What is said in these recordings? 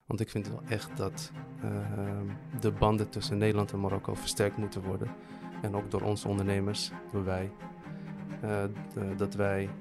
Want ik vind wel echt dat de banden tussen Nederland en Marokko versterkt moeten worden. En ook door onze ondernemers, door wij. Dat wij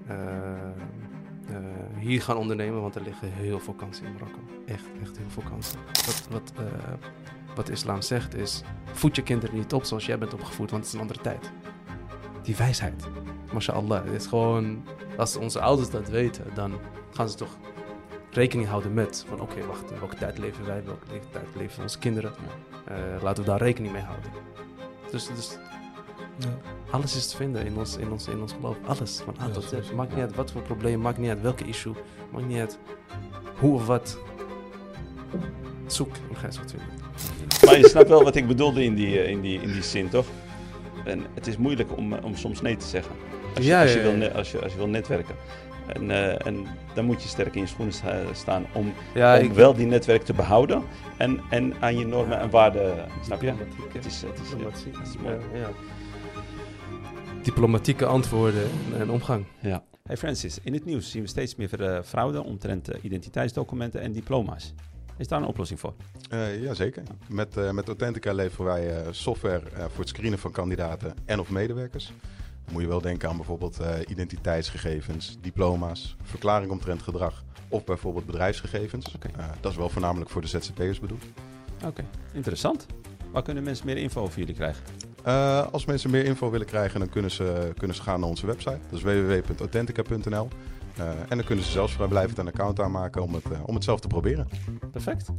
hier gaan ondernemen, want er liggen heel veel kansen in Marokko. Echt heel veel kansen. Wat de islam zegt is, voed je kinderen niet op zoals jij bent opgevoed, want het is een andere tijd. Die wijsheid, mashallah, het is gewoon, als onze ouders dat weten, dan gaan ze toch rekening houden met, van oké, wacht, in welke tijd leven wij, in welke tijd leven onze kinderen. Laten we daar rekening mee houden. Dus ja. Alles is te vinden in ons geloof. Alles, van A tot Z. Maakt niet uit wat voor probleem, maakt niet uit welke issue, maakt niet uit hoe of wat. Zoek en ga eens wat vinden. Maar je snapt wel wat ik bedoelde in die zin, toch? En het is moeilijk om soms nee te zeggen. Als je wil netwerken. En dan moet je sterk in je schoenen staan om wel die netwerk te behouden. En aan je normen en waarden, snap je? Het is mooi. Ja. Diplomatieke antwoorden en omgang. Ja. Hey Francis, in het nieuws zien we steeds meer fraude omtrent identiteitsdocumenten en diploma's. Is daar een oplossing voor? Jazeker. Met Authentica leveren wij software voor het screenen van kandidaten en of medewerkers. Dan moet je wel denken aan bijvoorbeeld identiteitsgegevens, diploma's, verklaring omtrent gedrag of bijvoorbeeld bedrijfsgegevens. Okay. Dat is wel voornamelijk voor de ZZP'ers bedoeld. Oké, interessant. Waar kunnen mensen meer info over jullie krijgen? Als mensen meer info willen krijgen, dan kunnen ze gaan naar onze website. Dat is www.authentica.nl. En dan kunnen ze zelfs vrijblijvend een account aanmaken om het zelf te proberen. Perfect.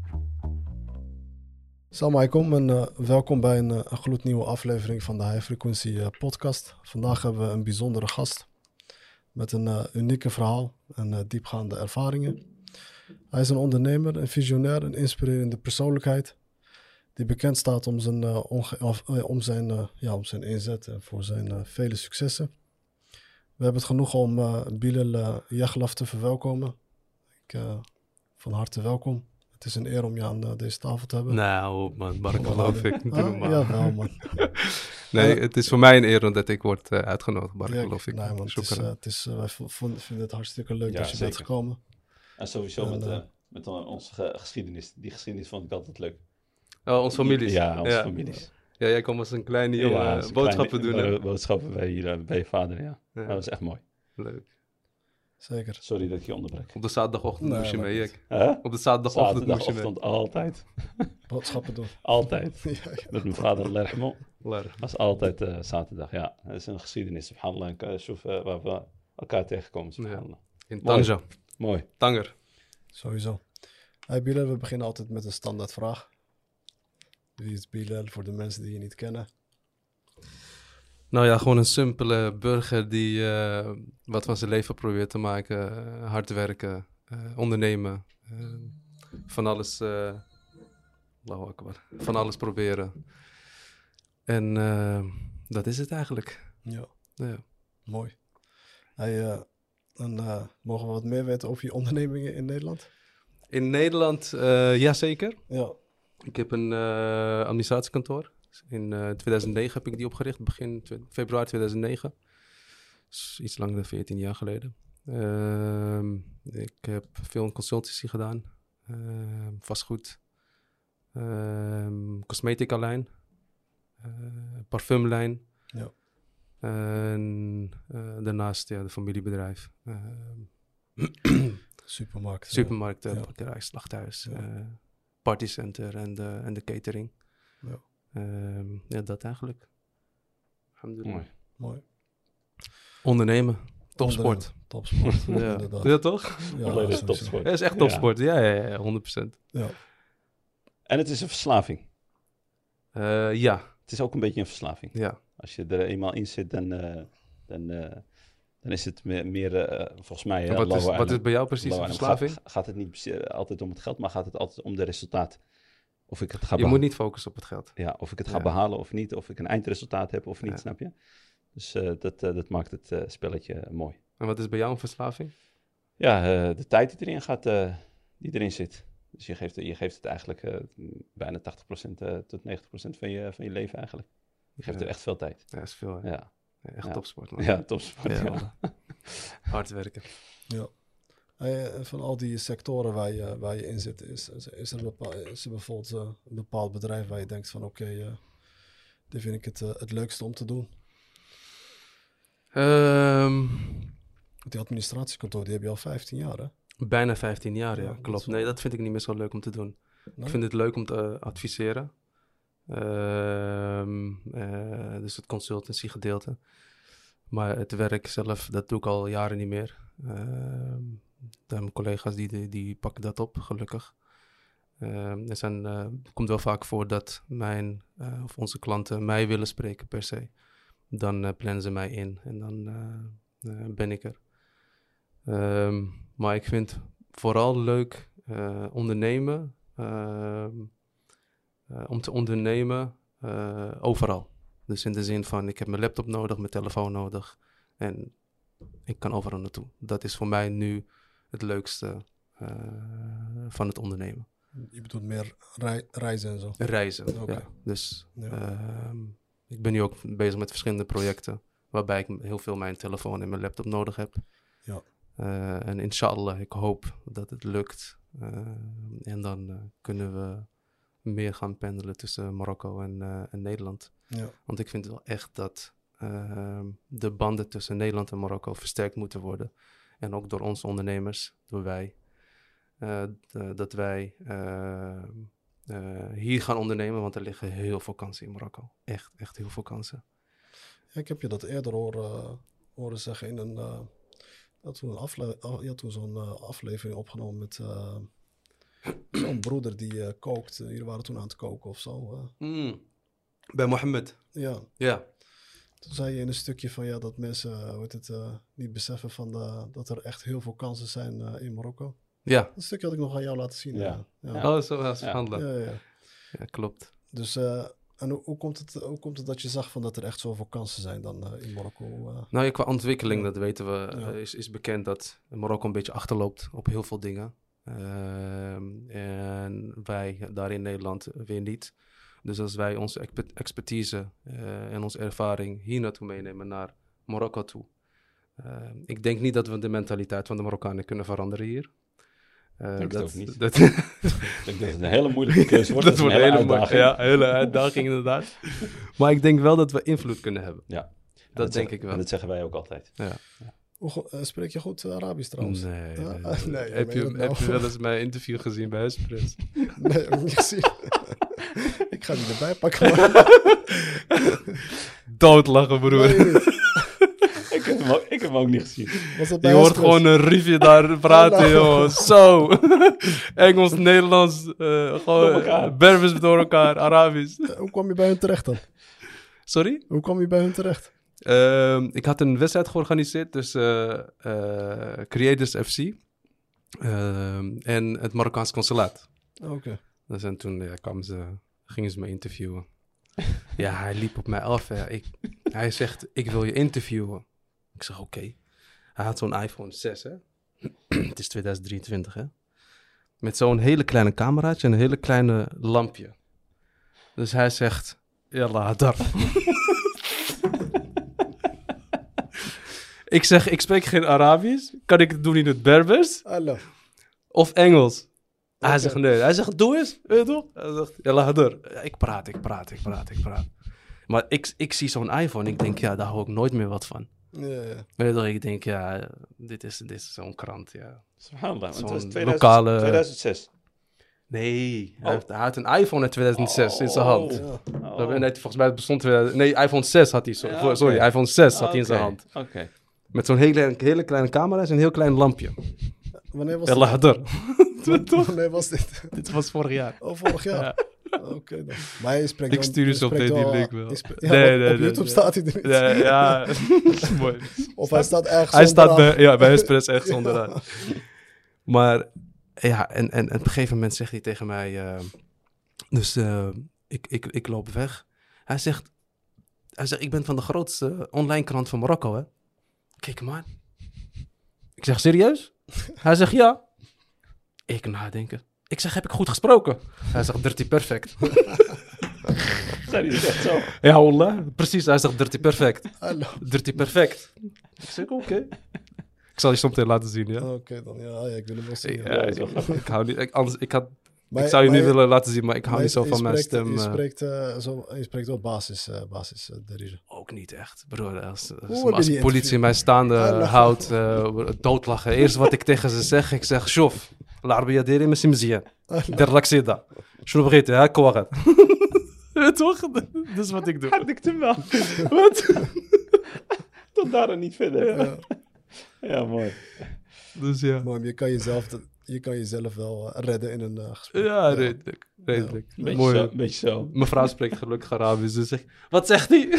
Salam alaikum en welkom bij een gloednieuwe aflevering van de High Frequency podcast. Vandaag hebben we een bijzondere gast met een unieke verhaal en diepgaande ervaringen. Hij is een ondernemer, een visionair, een inspirerende persoonlijkheid die bekend staat om zijn inzet en voor zijn vele successen. We hebben het genoeg om Bilal Yaglaf te verwelkomen. Van harte welkom. Het is een eer om je aan deze tafel te hebben. Nou man, barakallah ik. Ja, wel man. Nee, het is voor mij een eer dat ik word uitgenodigd. Barakallah ik. Nee, man, wij vinden het hartstikke leuk dat je bent gekomen. En sowieso met onze geschiedenis. Die geschiedenis vond ik altijd leuk. Oh, onze families. Ja, onze families. Ja, jij komt als een kleine jongen boodschappen doen. Boodschappen bij je vader, ja. Dat was echt mooi. Leuk. Zeker. Sorry dat ik je onderbreek. Op de zaterdagochtend moest je mee, Op de zaterdagochtend moest je mee. Altijd. Boodschappen doen. Altijd. Ja. Met mijn vader, Lerhmo. Was altijd zaterdag, ja. Dat is een geschiedenis, subhanallah, waar we elkaar tegenkomen, subhanallah. In Tanja. Mooi. Tanger. Sowieso. Hey Bilal, we beginnen altijd met een standaardvraag. Wie is Bilal voor de mensen die je niet kennen? Nou ja, gewoon een simpele burger die wat van zijn leven probeert te maken. Hard werken, ondernemen. Van alles, Allahu Akbar, van alles proberen. En dat is het eigenlijk. Ja. Ja. Mooi. Mogen we wat meer weten over je ondernemingen in Nederland? In Nederland, jazeker. Ja. Ik heb een administratiekantoor. In 2009 heb ik die opgericht, begin februari 2009. Dus iets langer dan 14 jaar geleden. Ik heb veel consultancy gedaan. Vastgoed. Cosmetica lijn. Parfumlijn. Ja. En daarnaast de familiebedrijf. Supermarkt, bakkerij, slachthuis. Partycenter en de catering. Ja. Dat eigenlijk. Mooi. Ondernemen. Topsport. Topsport. Ja, toch? Ja, topsport. Het is echt topsport. Ja, 100%. Ja. En het is een verslaving. Ja. Het is ook een beetje een verslaving. Ja. Als je er eenmaal in zit, dan is het meer volgens mij... Wat is bij jou precies een verslaving? Gaat het niet altijd om het geld, maar gaat het altijd om de resultaat? Of ik het ga je moet niet focussen op het geld. Ja, of ik het ga behalen of niet. Of ik een eindresultaat heb of niet, snap je? Dus dat maakt het spelletje mooi. En wat is bij jou een verslaving? Ja, de tijd die erin gaat, die erin zit. Dus je geeft het eigenlijk bijna 80% tot 90% van je leven eigenlijk. Je geeft er echt veel tijd. Ja, dat is veel. Ja. Echt topsport, man. Ja, topsport. Ja. Hard werken. Ja. Van al die sectoren waar je in zit, is er bijvoorbeeld een bepaald bedrijf waar je denkt van oké, dit vind ik het leukste om te doen. Die administratiekantoor, die heb je al 15 jaar, hè? Bijna 15 jaar, ja, dat klopt. is wel- Nee, dat vind ik niet meer zo leuk om te doen. Nee? Ik vind het leuk om te adviseren. Dus het consultancy gedeelte. Maar het werk zelf, dat doe ik al jaren niet meer. Mijn collega's die pakken dat op, gelukkig. Het komt wel vaak voor dat of onze klanten mij willen spreken per se. Dan plannen ze mij in en dan ben ik er. Maar ik vind vooral leuk ondernemen. Om te ondernemen overal. Dus in de zin van, ik heb mijn laptop nodig, mijn telefoon nodig. En ik kan overal naartoe. Dat is voor mij nu het leukste van het ondernemen. Je bedoelt meer reizen en zo? Reizen, Oké. ja. Dus Ja. ik ben nu ook bezig met verschillende projecten. Waarbij ik heel veel mijn telefoon en mijn laptop nodig heb. Ja. En inshallah, ik hoop dat het lukt. En dan kunnen we meer gaan pendelen tussen Marokko en Nederland. Ja. Want ik vind wel echt dat de banden tussen Nederland en Marokko versterkt moeten worden. En ook door onze ondernemers, door wij. Dat wij hier gaan ondernemen, want er liggen heel veel kansen in Marokko. Echt heel veel kansen. Ja, ik heb je dat eerder horen zeggen in een... je had toen zo'n aflevering opgenomen met zo'n broeder die kookt. Jullie waren toen aan het koken of zo. Bij Mohammed. Ja. Ja. Toen zei je in een stukje van ja, dat mensen niet beseffen van dat er echt heel veel kansen zijn in Marokko. Ja. Dat stukje had ik nog aan jou laten zien. Ja. Oh, zo was het handelen. Ja. Ja, klopt. Dus en hoe komt het dat je zag van dat er echt zoveel kansen zijn dan in Marokko? Nou ja, qua ontwikkeling, Ja. dat weten we, Ja. is bekend dat Marokko een beetje achterloopt op heel veel dingen. En wij daar in Nederland weer niet. Dus als wij onze expertise en onze ervaring hier naartoe meenemen naar Marokko toe. Ik denk niet dat we de mentaliteit van de Marokkanen kunnen veranderen hier. Denk het ook niet. Dat, Ik denk dat het een hele moeilijke keuze wordt. dat wordt een hele uitdaging. hele uitdaging inderdaad. Maar ik denk wel dat we invloed kunnen hebben. Ja. Dat denk ik wel. En dat zeggen wij ook altijd. Ja. Spreek je goed Arabisch trouwens? Nee. Nee, Heb meen je dat nou? heb je wel eens mijn interview gezien bij Espresso? Nee, heb ik niet gezien. Ik ga die erbij pakken. Doodlachen, broer. Nee, niet. Ik heb hem ook niet gezien. Was dat bij Je hoort Espresso? gewoon een riefje daar praten, nou. jongen. Zo. Engels, Nederlands, gewoon Door elkaar. Berbers door elkaar, Arabisch. Hoe kwam je bij hun terecht dan? Sorry? Hoe kwam je bij hun terecht? Ik had een wedstrijd georganiseerd tussen Creators FC en het Marokkaans consulaat. Oké. Dus en toen gingen ze me interviewen. Ja, hij liep op mij af. Ja. Hij zegt, ik wil je interviewen. Ik zeg, oké. Hij had zo'n iPhone 6, hè. Het is 2023, hè. Met zo'n hele kleine cameraatje en een hele kleine lampje. Dus hij zegt, yalla, daar. Ik zeg, ik spreek geen Arabisch. Kan ik het doen in het Berbers Hallo. of Engels? Hij Oké. zegt nee. Hij zegt, doe eens. Weet je toch? Hij zegt, yalla, daar. Ik praat. Maar ik zie zo'n iPhone. Ik denk, ja, daar hou ik nooit meer wat van. Ja. Weet je toch? Ik denk, ja, dit is zo'n krant, ja. Subhanallah, want het Zo'n was lokale- 2006. Nee, hij had een iPhone in 2006 in zijn hand. Ja. Nee, volgens mij bestond 2000. Nee, iPhone 6 had hij. Ja, oké. Sorry, iPhone 6 had hij in zijn hand. Oké. Met zo'n hele kleine camera en een heel klein lampje. Wanneer was Yalla, dit? daar. Wanneer was dit? Dit was vorig jaar. Oh, vorig jaar. Oké dan. Maar je spreekt Ik wel- stuur je ze op spreekt die wel- link wel. je spreekt- Nee, op nee, YouTube nee. staat hij er niet. Ja, dat is mooi. Of hij staat ergens Hij staat onderaan. bij Espresso echt onderaan. Maar ja, en op een gegeven moment zegt hij tegen mij... ik loop weg. Hij zegt, ik ben van de grootste online krant van Marokko, hè. Kijk hem aan. Ik zeg, serieus? Hij zegt, ja. Ik nadenken. Ik zeg, heb ik goed gesproken? Hij zegt, dirty perfect. Zei hij dat echt zo? Ja, wallah. Precies, hij zegt, dirty perfect. Hallo. Dirty perfect. Ik zeg, oké. Ik zal je zometeen laten zien, ja? Oké, dan ja, ik wil hem wel zien. Ik hou niet... Ik zou je nu willen laten zien, maar ik hou niet zo van mijn stem. Je spreekt wel basis Derija. Ook niet echt, broer. Als die politie mij staande houdt, doodlachen. Eerst wat ik tegen ze zeg, ik zeg... Shof, العربية دايرة ماشي مزيان. دير لك سيدا. شنو بغيتي هاك واحد. Toch? Dat is wat ik doe. Had ik hem wel. Wat? Tot daar en niet verder. Ja, mooi. Dus ja. Maar je kan jezelf wel redden in een gesprek. Ja, redelijk. Redelijk. Beetje Mooi. zo, beetje zo. Mijn vrouw spreekt gelukkig Arabisch, dus zegt... Wat zegt hij?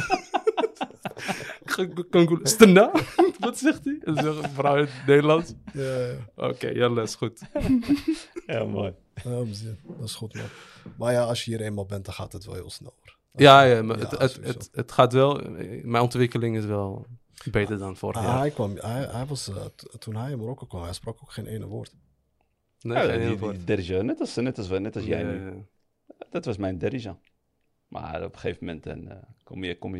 Stenna? Wat zegt hij? En zegt een vrouw in het Nederlands. Ja. Oké, Jelle is goed. Ja, mooi. Ja, dat is goed, man. Maar ja, als je hier eenmaal bent, dan gaat het wel heel snel. Ja, maar het gaat wel... Mijn ontwikkeling is wel beter dan vorig jaar. Toen hij in Marokko kwam, hij sprak ook geen ene woord. Nee, Ja, geen heel die woord. Derija, net als jij nu. Ja. Dat was mijn Derija. Maar op een gegeven moment kom je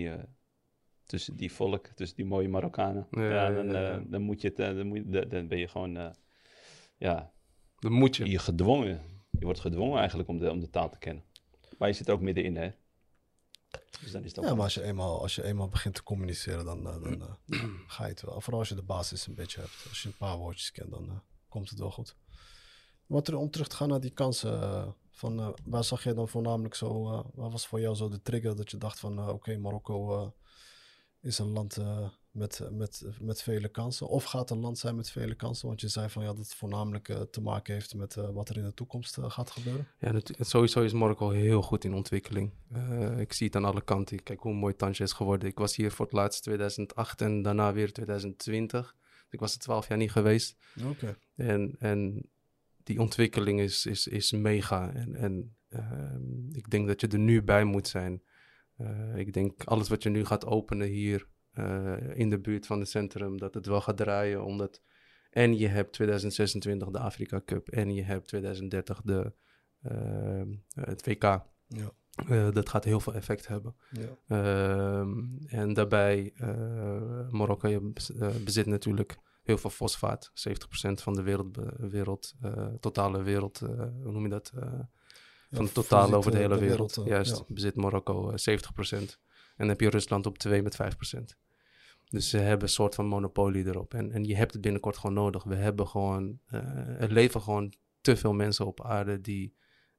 tussen die volk, tussen die mooie Marokkanen. Dan moet je dan ben je gewoon, Dan moet je. je gedwongen. Je wordt gedwongen eigenlijk om de taal te kennen. Maar je zit er ook middenin, hè? Dus dan is dat Ja, maar als je eenmaal begint te communiceren, dan ga je het wel. Vooral als je de basis een beetje hebt. Als je een paar woordjes kent, dan komt het wel goed. Om terug te gaan naar die kansen, waar zag jij dan voornamelijk zo, waar was voor jou zo de trigger dat je dacht van, oké, Marokko is een land met vele kansen. Of gaat een land zijn met vele kansen? Want je zei van dat het voornamelijk te maken heeft met wat er in de toekomst gaat gebeuren. Ja, sowieso is Marokko heel goed in ontwikkeling. Ik zie het aan alle kanten. Kijk hoe mooi Tanger is geworden. Ik was hier voor het laatst 2008 en daarna weer 2020. Ik was er 12 jaar niet geweest. Oké. En die ontwikkeling is mega. En ik denk dat je er nu bij moet zijn. Ik denk alles wat je nu gaat openen hier in de buurt van het centrum, dat het wel gaat draaien. Omdat en je hebt 2026 de Afrika Cup en je hebt 2030 het WK. Ja. Dat gaat heel veel effect hebben. Ja. En daarbij, Marokko bezit natuurlijk heel veel fosfaat. 70% van de totale wereld, hoe noem je dat? Van het totaal over de hele wereld. Juist, bezit Marokko 70%. En dan heb je Rusland op 2 met 5%. Dus ze hebben een soort van monopolie erop. En je hebt het binnenkort gewoon nodig. We hebben gewoon, er leven gewoon te veel mensen op aarde die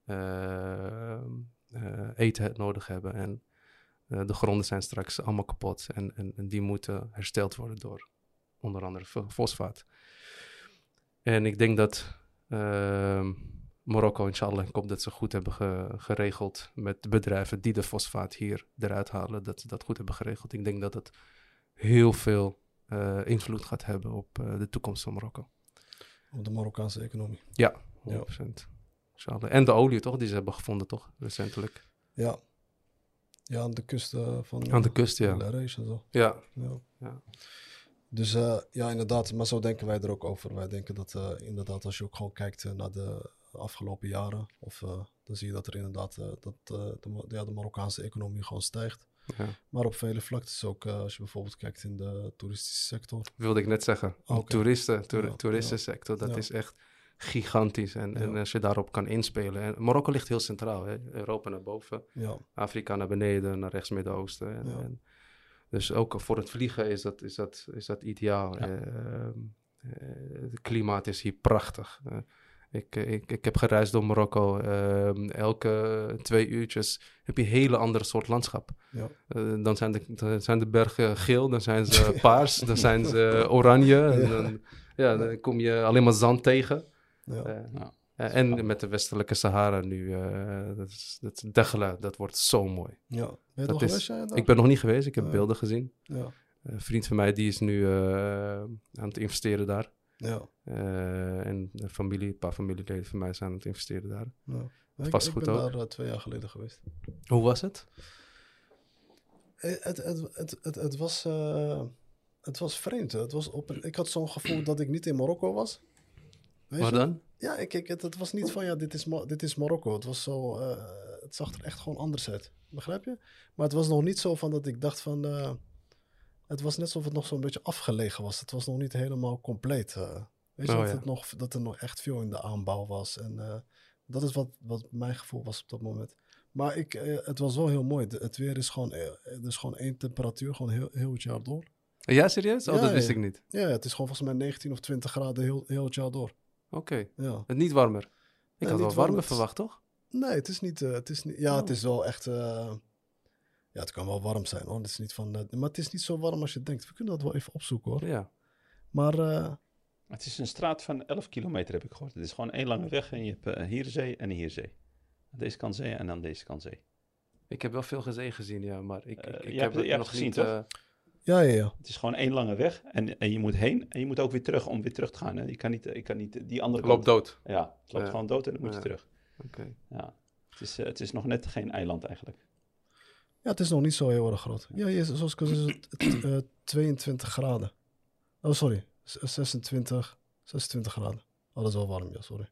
eten nodig hebben. En de gronden zijn straks allemaal kapot. En die moeten hersteld worden door onder andere fosfaat. En ik denk dat Marokko, inshallah, ik hoop dat ze goed hebben geregeld met de bedrijven die de fosfaat hier eruit halen, dat ze dat goed hebben geregeld. Ik denk dat het heel veel invloed gaat hebben op de toekomst van Marokko. Op de Marokkaanse economie. Ja, 100%. Inshallah. En de olie, toch? Die ze hebben gevonden, toch? Recentelijk. Ja. Ja, aan de kust van... Aan de kust, ja. en zo. Ja. Dus inderdaad, maar zo denken wij er ook over. Wij denken dat inderdaad, als je ook gewoon kijkt naar de afgelopen jaren, dan zie je dat er inderdaad de Marokkaanse economie gewoon stijgt. Ja. Maar op vele vlaktes ook, als je bijvoorbeeld kijkt in de toeristische sector. Wilde ik net zeggen. Okay. Toeristensector, dat is echt gigantisch. En als je daarop kan inspelen. En Marokko ligt heel centraal. Hè? Europa naar boven, Afrika naar beneden, naar rechts, Midden-Oosten. Dus ook voor het vliegen is dat ideaal. Ja. Het klimaat is hier prachtig. Ik heb gereisd door Marokko. Elke 2 uurtjes heb je een hele andere soort landschap. Ja. Dan zijn de bergen geel, dan zijn ze paars, dan zijn ze oranje. En dan kom je alleen maar zand tegen. En met de westelijke Sahara nu, dat Dakhla, dat wordt zo mooi. Ja. Ben je nog geweest? Ik ben nog niet geweest, ik heb beelden gezien. Ja. Een vriend van mij die is nu aan het investeren daar. Ja. En een paar familieleden van mij zijn aan het investeren daar. Ja. Het was goed ook. Ik ben daar 2 jaar geleden geweest. Hoe was het? Het was vreemd. Ik had zo'n gevoel dat ik niet in Marokko was. Waar dan? Ja, het was niet van dit is Marokko. Het was zo, het zag er echt gewoon anders uit. Begrijp je? Maar het was nog niet zo van dat ik dacht van... Het was net alsof het nog zo'n beetje afgelegen was. Het was nog niet helemaal compleet. Weet je, dat er nog echt veel in de aanbouw was. En dat is wat mijn gevoel was op dat moment. Maar het was wel heel mooi. Het weer is gewoon, er is gewoon één temperatuur, gewoon heel het jaar door. Ja, serieus? Oh, Ja, dat wist ik niet. Ja, het is gewoon volgens mij 19 of 20 graden heel het jaar door. Oké. Ja. Het niet warmer. Ik had niet wel warmer warmer. verwacht, toch? Nee, het is niet... het is wel echt... ja, het kan wel warm zijn, hoor. Het is niet van, maar het is niet zo warm als je denkt. We kunnen dat wel even opzoeken, hoor. Ja. Maar... Het is een straat van 11 kilometer, heb ik gehoord. Het is gewoon één lange weg en je hebt hier zee en hier zee. Aan deze kant zee en aan deze kant zee. Ik heb wel veel gezien, ja, maar ik je heb hebt het nog gezien, niet... toch? Ja. Het is gewoon één lange weg en je moet heen en je moet ook weer terug om weer terug te gaan. Hè? Je kan niet die andere Loopt kant. dood. Ja, het loopt gewoon dood en dan moet je terug. Oké. Ja, het is nog net geen eiland eigenlijk. Ja, het is nog niet zo heel erg groot. Ja, zoals ik al zei, is het 22 graden. Oh, sorry. 26 graden. Oh, dat is wel warm, ja, sorry.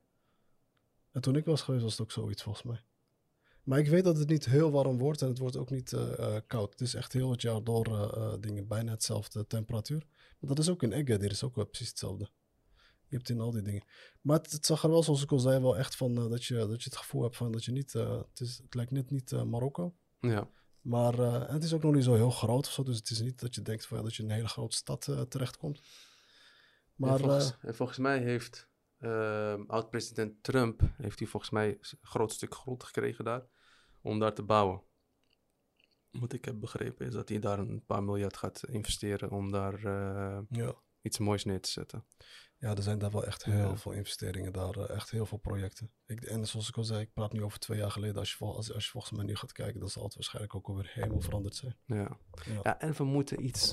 En toen ik was geweest, was het ook zoiets, volgens mij. Maar ik weet dat het niet heel warm wordt en het wordt ook niet koud. Het is echt heel het jaar door dingen, bijna hetzelfde temperatuur. Maar dat is ook in Agadir, is ook wel precies hetzelfde. Je hebt in al die dingen. Maar het zag er wel, zoals ik al zei, wel echt van dat je het gevoel hebt van dat je niet... het lijkt net niet Marokko. Ja. Maar het is ook nog niet zo heel groot of zo. Dus het is niet dat je denkt van, dat je in een hele grote stad terechtkomt. Maar En volgens mij heeft oud-president Trump... heeft hij volgens mij een groot stuk grond gekregen daar... om daar te bouwen. Wat ik heb begrepen is dat hij daar een paar miljard gaat investeren... om daar iets moois neer te zetten. Ja, er zijn daar wel echt heel veel investeringen daar. Echt heel veel projecten. En zoals ik al zei, ik praat nu over 2 jaar geleden. Als je volgens mij nu gaat kijken, dan zal het waarschijnlijk ook alweer helemaal veranderd zijn. Ja, en we moeten iets...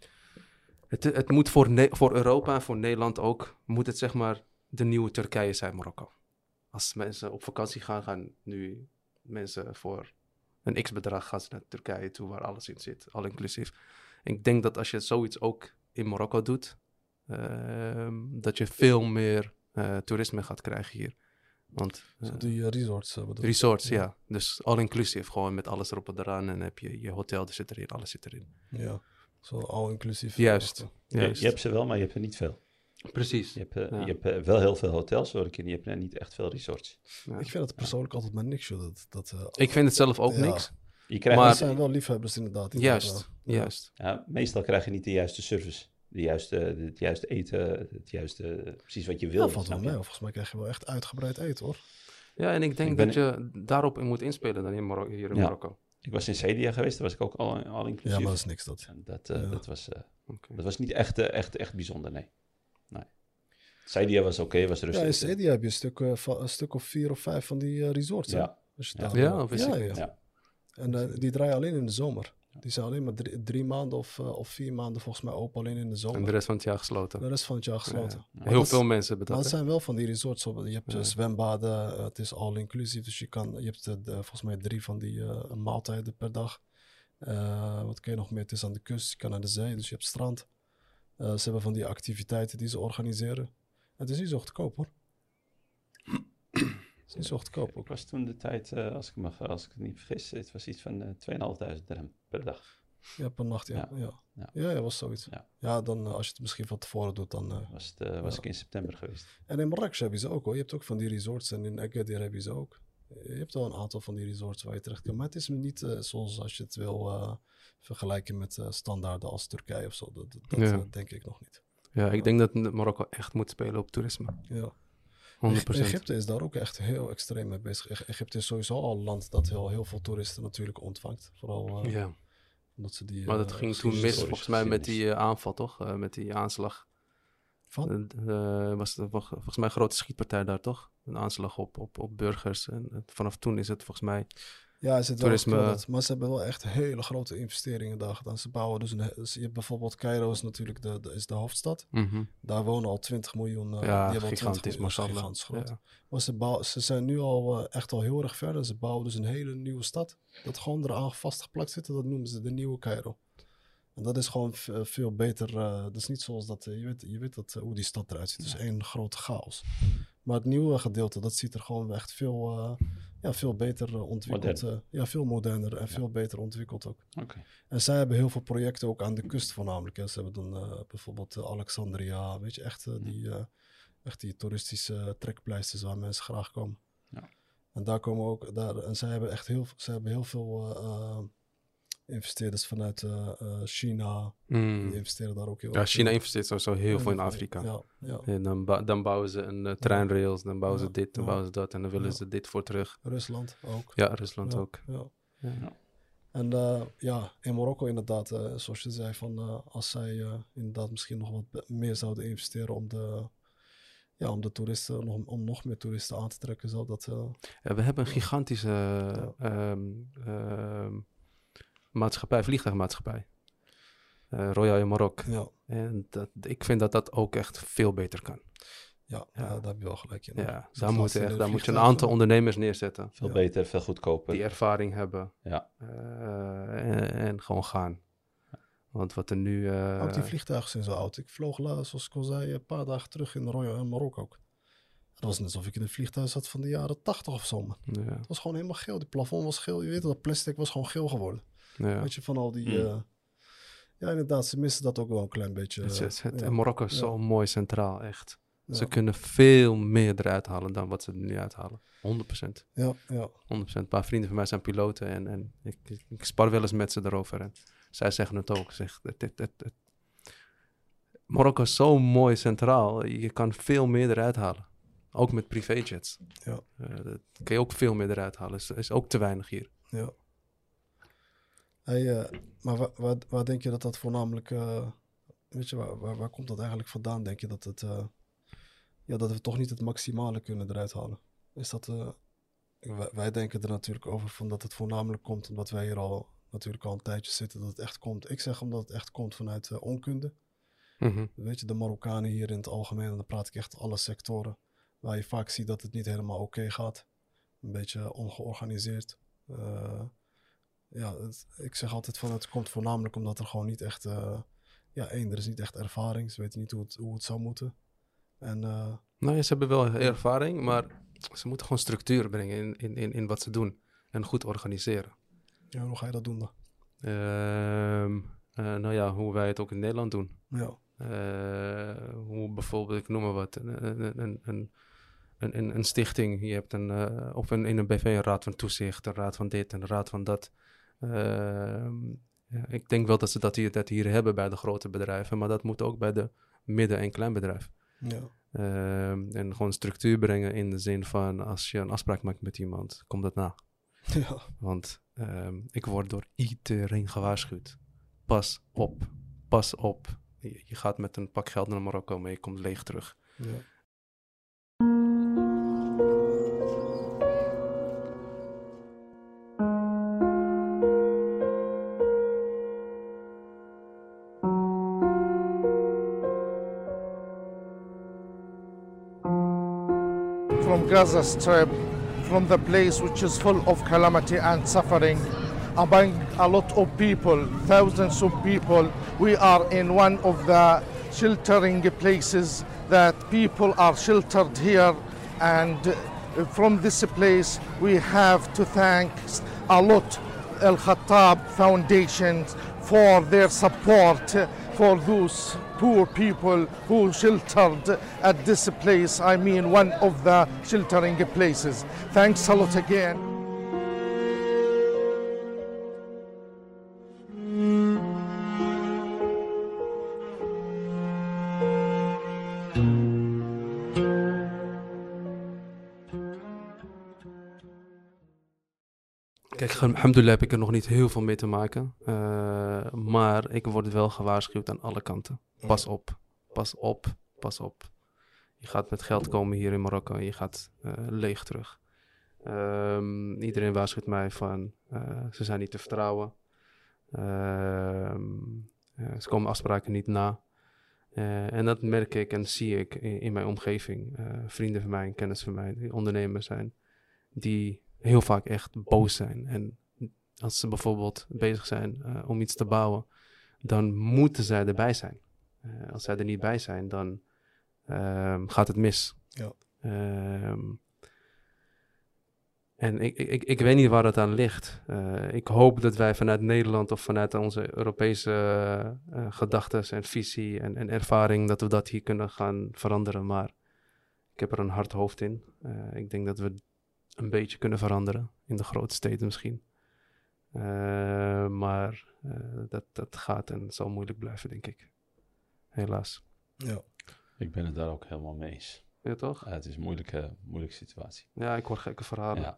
Het moet voor Europa en voor Nederland ook... moet het zeg maar de nieuwe Turkije zijn, Marokko. Als mensen op vakantie gaan nu mensen voor een x-bedrag... gaan ze naar Turkije toe, waar alles in zit, al inclusief. En ik denk dat als je zoiets ook in Marokko doet... dat je veel meer toerisme gaat krijgen hier. Want, die resorts bedoel je? Resorts, ja. Dus all-inclusive, gewoon met alles erop en eraan. En dan heb je hotel, er zit erin, alles zit erin. Ja, zo all-inclusive. Juist. Je hebt ze wel, maar je hebt er niet veel. Precies. Je hebt wel heel veel hotels, hoor ik. En je hebt niet echt veel resorts. Ja. Ik vind het persoonlijk altijd maar niks. Ik vind het zelf ook niks. Maar er zijn wel liefhebbers inderdaad. Juist. Ja, meestal krijg je niet de juiste service. Het juiste eten, precies wat je wil. Ja, valt wel mee. Volgens mij krijg je wel echt uitgebreid eten, hoor. Ja, en ik denk dat je daarop moet inspelen dan hier in Marokko. Ik was in Cedia geweest, daar was ik ook al inclusief. Ja, maar dat is niks dat. Dat was niet echt bijzonder, nee. Cedia was oké, was rustig. Ja, in Cedia heb je een stuk of 4 of 5 van die resorts. Ja. Ja. En die draaien alleen in de zomer. Die zijn alleen maar 3 maanden of 4 maanden volgens mij open, alleen in de zomer. En de rest van het jaar gesloten. De rest van het jaar gesloten. Ja. Heel veel mensen hebben dat. Maar het zijn wel van die resorts. Je hebt zwembaden, het is all inclusive. Dus je hebt volgens mij 3 van die maaltijden per dag. Wat kun je nog meer? Het is aan de kust, je kan naar de zee, dus je hebt strand. Ze hebben van die activiteiten die ze organiseren. En het is niet zo goedkoop, hoor. Het is niet zo goedkoop ook. Ik was toen de tijd, als ik het niet vergis, het was iets van 2.500 dirham per dag. Ja, per nacht, ja, was zoiets. Ja, dan als je het misschien van tevoren doet, dan... was ik in september geweest. En in Marrakesh heb je ze ook, hoor. Je hebt ook van die resorts en in Agadir heb je ze ook. Je hebt wel een aantal van die resorts waar je terecht kan. Maar het is niet zoals als je het wil vergelijken met standaarden als Turkije of zo. Dat denk ik nog niet. Ja, ik denk dat Marokko echt moet spelen op toerisme. Ja. 100%. Egypte is daar ook echt heel extreem mee bezig. Egypte is sowieso al een land dat heel veel toeristen natuurlijk ontvangt. Vooral omdat ze die... Maar dat ging toen mis volgens mij met die aanval, toch? Met die aanslag. Was het volgens mij een grote schietpartij daar, toch? Een aanslag op burgers. En vanaf toen is het volgens mij... Ja, is het toerisme... wel maar ze hebben wel echt hele grote investeringen daar gedaan. Ze bouwen dus je hebt bijvoorbeeld Cairo is natuurlijk de hoofdstad. Mm-hmm. Daar wonen al 20 miljoen. Ja, die hebben gigantisch, gigantisch groot. Ja. Maar ze zijn nu al echt al heel erg verder. Ze bouwen dus een hele nieuwe stad. Dat gewoon eraan vastgeplakt zit. Dat noemen ze de nieuwe Cairo. En dat is gewoon veel beter. Dat is niet zoals dat... Je weet hoe die stad eruit ziet. Het is één grote chaos. Maar het nieuwe gedeelte, dat ziet er gewoon echt veel veel beter ontwikkeld. Veel moderner en veel beter ontwikkeld ook. Oké. En zij hebben heel veel projecten ook aan de kust voornamelijk. Hè. Ze hebben dan bijvoorbeeld Alexandria, weet je, echt die toeristische trekpleisters waar mensen graag komen. Ja. En daar komen ook, en zij hebben echt heel veel investeerders vanuit China. Die investeren daar ook heel Ja, China investeert sowieso heel veel in Afrika. Ja. En dan bouwen ze een treinrails, dan bouwen ze dit, dan bouwen ze dat en dan willen ze dit voor terug. Rusland ook. Ja, Rusland ook. Ja. En in Marokko inderdaad, zoals je zei, van als zij inderdaad misschien nog wat meer zouden investeren om de toeristen, om nog meer toeristen aan te trekken, zou dat... we hebben een gigantische vliegtuigmaatschappij. Royal in Marokko. Ja. En ik vind dat ook echt veel beter kan. Ja, daar heb je wel gelijk in. Ja, daar moet je een aantal ondernemers neerzetten. Veel beter, veel goedkoper. Die ervaring hebben. Ja. En gewoon gaan. Want wat er nu... Ook die vliegtuigen zijn zo oud. Ik vloog zoals ik al zei, een paar dagen terug in Royal in Marokko ook. Het was net alsof ik in een vliegtuig zat van de jaren 80 of zo. Man. Ja. Het was gewoon helemaal geel. Die plafond was geel. Je weet dat plastic was gewoon geel geworden. Ja. Weet je, van al die... ja, inderdaad, ze missen dat ook wel een klein beetje. Marokko is zo mooi centraal, echt. Ja. Ze kunnen veel meer eruit halen dan wat ze er nu uithalen. 100%. Ja. 100%. Een paar vrienden van mij zijn piloten en ik spar wel eens met ze erover. En zij zeggen het ook. Marokko is zo mooi centraal. Je kan veel meer eruit halen. Ook met privéjets. Ja. Dat kun je ook veel meer eruit halen. Is ook te weinig hier. Ja. Hey, maar waar denk je dat voornamelijk... weet je, waar komt dat eigenlijk vandaan? Denk je dat dat we toch niet het maximale kunnen eruit halen? Is dat... wij denken er natuurlijk over van dat het voornamelijk komt... omdat wij hier natuurlijk al een tijdje zitten, dat het echt komt. Ik zeg omdat het echt komt vanuit onkunde. Mm-hmm. Weet je, de Marokkanen hier in het algemeen... en dan praat ik echt alle sectoren... waar je vaak ziet dat het niet helemaal oké gaat. Een beetje ongeorganiseerd. Ik zeg altijd van het komt voornamelijk omdat er gewoon niet echt... er is niet echt ervaring. Ze weten niet hoe het zou moeten. En, ze hebben wel ervaring, maar ze moeten gewoon structuur brengen in wat ze doen. En goed organiseren. Ja, hoe ga je dat doen dan? Hoe wij het ook in Nederland doen. Ja. Hoe bijvoorbeeld, ik noem maar wat, een stichting. Je hebt in een BV een raad van toezicht, een raad van dit en een raad van dat. Ik denk wel dat ze dat hier hebben bij de grote bedrijven, maar dat moet ook bij de midden- en kleinbedrijf. Ja. En gewoon structuur brengen in de zin van als je een afspraak maakt met iemand, kom dat na. Ja. Want ik word door iedereen gewaarschuwd. Pas op. Je gaat met een pak geld naar Marokko, maar je komt leeg terug. Ja. From Gaza Strip, from the place which is full of calamity and suffering, among a lot of people, thousands of people. We are in one of the sheltering places that people are sheltered here, and from this place we have to thank a lot Al Khattab Foundation for their support for those poor people who sheltered at this place. I mean, one of the sheltering places. Thanks a lot again. Kijk, alhamdulillah heb ik er nog niet heel veel mee te maken. Maar ik word wel gewaarschuwd aan alle kanten. Pas op. Je gaat met geld komen hier in Marokko en je gaat leeg terug. Iedereen waarschuwt mij van, ze zijn niet te vertrouwen. Ze komen afspraken niet na. En dat merk ik en zie ik in mijn omgeving. Vrienden van mij en kennis van mij die ondernemers zijn, die heel vaak echt boos zijn. En als ze bijvoorbeeld bezig zijn om iets te bouwen, dan moeten zij erbij zijn. Als zij er niet bij zijn, dan gaat het mis. Ja. En ik weet niet waar het aan ligt. Ik hoop dat wij vanuit Nederland of vanuit onze Europese gedachten en visie en ervaring, dat we dat hier kunnen gaan veranderen. Maar ik heb er een hard hoofd in. Ik denk dat we een beetje kunnen veranderen. In de grote steden misschien. Maar dat gaat en zal moeilijk blijven, denk ik. Helaas. Ja. Ik ben het daar ook helemaal mee eens. Ja, toch? Het is een moeilijke situatie. Ja, ik hoor gekke verhalen. Ja.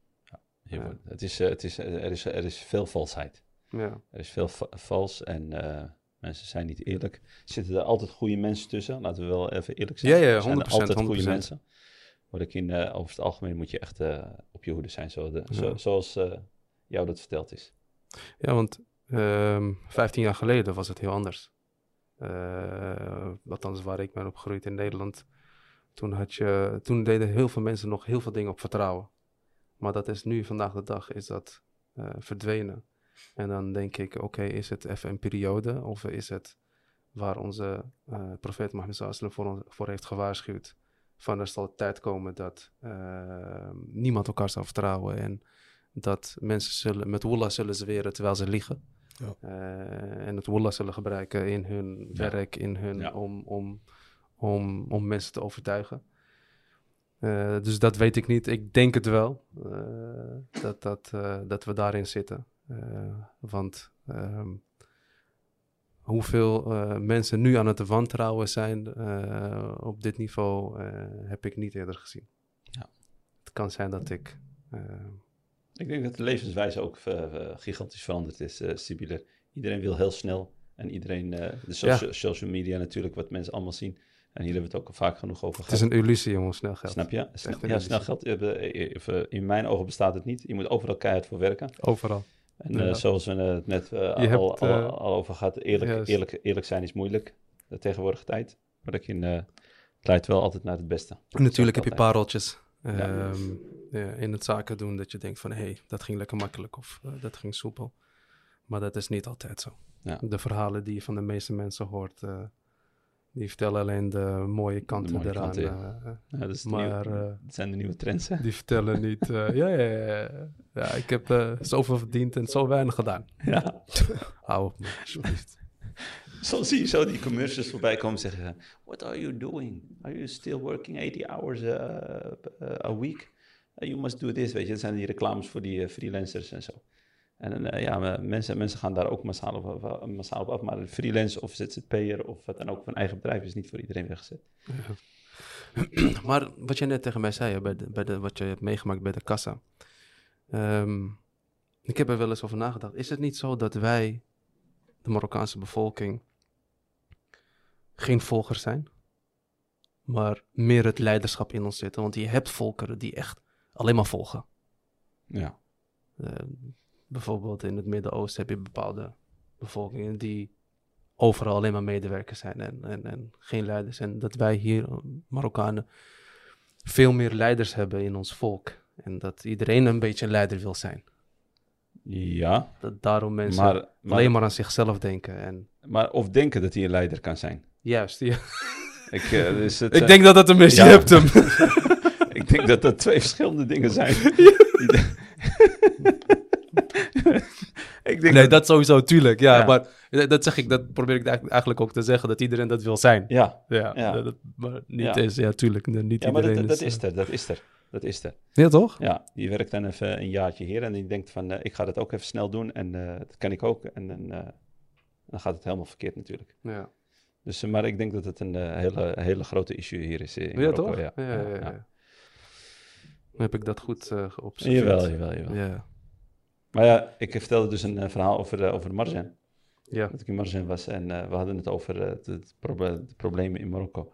Er is veel valsheid. Ja. Er is veel vals en mensen zijn niet eerlijk. Zitten er altijd goede mensen tussen? Laten we wel even eerlijk zijn. Ja, er zijn 100%, er altijd goede 100%. mensen. Over het algemeen moet je echt op je hoede zijn, zoals jou dat verteld is. Ja, want 15 jaar geleden was het heel anders. Althans, waar ik ben opgegroeid in Nederland. Toen deden heel veel mensen nog heel veel dingen op vertrouwen. Maar dat is nu, vandaag de dag, is dat verdwenen. En dan denk ik, oké, is het even een periode? Of is het waar onze profeet Mohammed sallallahu voor heeft gewaarschuwd? Van er zal tijd komen dat niemand elkaar zal vertrouwen. En dat mensen met wallah zullen zweren terwijl ze liegen. Ja. En het wallah zullen gebruiken in hun werk, in hun om mensen te overtuigen. Dus dat weet ik niet. Ik denk het wel. Dat we daarin zitten. Want hoeveel mensen nu aan het wantrouwen zijn op dit niveau heb ik niet eerder gezien. Ja. Het kan zijn dat ik... Ik denk dat de levenswijze ook gigantisch veranderd is, Sibile. Iedereen wil heel snel. En iedereen, de social media natuurlijk, wat mensen allemaal zien. En hier hebben we het ook vaak genoeg over gehad. Het is een illusie, jongen, snel geld. Snap je? Snel geld. In mijn ogen bestaat het niet. Je moet overal keihard voor werken. Overal. En zoals we het net al over gehad, eerlijk zijn is moeilijk. De tegenwoordige tijd. Maar het leidt wel altijd naar het beste. Natuurlijk heb je pareltjes in het zaken doen dat je denkt van hé, dat ging lekker makkelijk of dat ging soepel. Maar dat is niet altijd zo. Ja. De verhalen die je van de meeste mensen hoort, die vertellen alleen de mooie kanten eraan. Dat zijn de nieuwe trends, hè? Die vertellen niet... Ja, ik heb zoveel verdiend en zo weinig gedaan. Ja. Hou op, man, alsjeblieft. Soms zie je zo die commercials voorbij komen en zeggen... What are you doing? Are you still working 80 hours a week? You must do this, weet je. Dat zijn die reclames voor die freelancers en zo. En mensen gaan daar ook massaal op af. Maar een freelance of ZZP'er of wat dan ook van eigen bedrijf is niet voor iedereen weggezet. Ja. Maar wat je net tegen mij zei, wat je hebt meegemaakt bij de kassa. Ik heb er wel eens over nagedacht. Is het niet zo dat wij, de Marokkaanse bevolking, geen volgers zijn? Maar meer het leiderschap in ons zitten. Want je hebt volkeren die echt alleen maar volgen. Ja. Bijvoorbeeld in het Midden-Oosten heb je bepaalde bevolkingen die overal alleen maar medewerkers zijn en geen leiders. En dat wij hier, Marokkanen, veel meer leiders hebben in ons volk. En dat iedereen een beetje een leider wil zijn. Ja. Dat daarom mensen alleen maar aan zichzelf denken. Maar of denken dat hij een leider kan zijn. Juist, ja. Ik denk dat dat een missie hebt hem. Ik denk dat dat twee verschillende dingen zijn. Nee, dat sowieso, tuurlijk. Ja. Maar dat probeer ik eigenlijk ook te zeggen, dat iedereen dat wil zijn. Ja. Dat maar niet is, ja, tuurlijk. Niet ja, maar iedereen dat is er. Ja, toch? Ja, je werkt dan even een jaartje hier en je denkt van, ik ga dat ook even snel doen en dat kan ik ook. En dan gaat het helemaal verkeerd natuurlijk. Ja. Dus, maar ik denk dat het een hele grote issue hier is in ja, Marokko. Toch? Ja. Heb ik dat goed geobserveerd? Jawel. Ja. Maar ja, ik vertelde dus een verhaal over Marjan. Ja. Dat ik in Marjan was en we hadden het over de problemen in Marokko.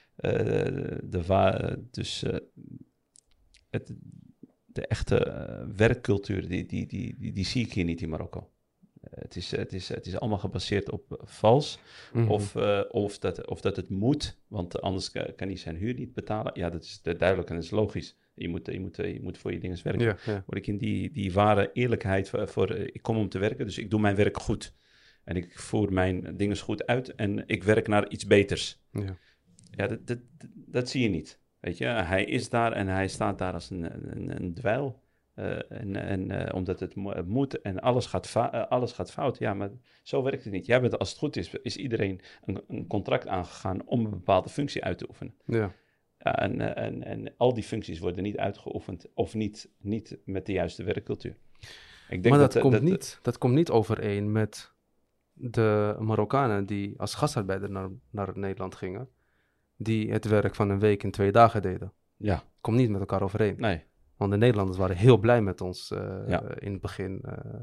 De echte werkcultuur, die zie ik hier niet in Marokko. Het is allemaal gebaseerd op vals. Mm-hmm. Of dat het moet, want anders kan hij zijn huur niet betalen. Ja, dat is duidelijk en dat is logisch. Je moet voor je dingen werken. Ja. Word ik in die ware eerlijkheid ik kom om te werken, dus ik doe mijn werk goed. En ik voer mijn dingen goed uit en ik werk naar iets beters. Ja, dat zie je niet. Weet je, hij is daar en hij staat daar als een dweil. Omdat het moet en alles gaat fout. Ja, maar zo werkt het niet. Als het goed is iedereen een contract aangegaan om een bepaalde functie uit te oefenen. Ja. En al die functies worden niet uitgeoefend of niet met de juiste werkcultuur. Ik denk maar dat komt niet overeen met de Marokkanen die als gastarbeider naar Nederland gingen, die het werk van een week in 2 dagen deden. Ja. Komt niet met elkaar overeen. Nee. Want de Nederlanders waren heel blij met ons in het begin,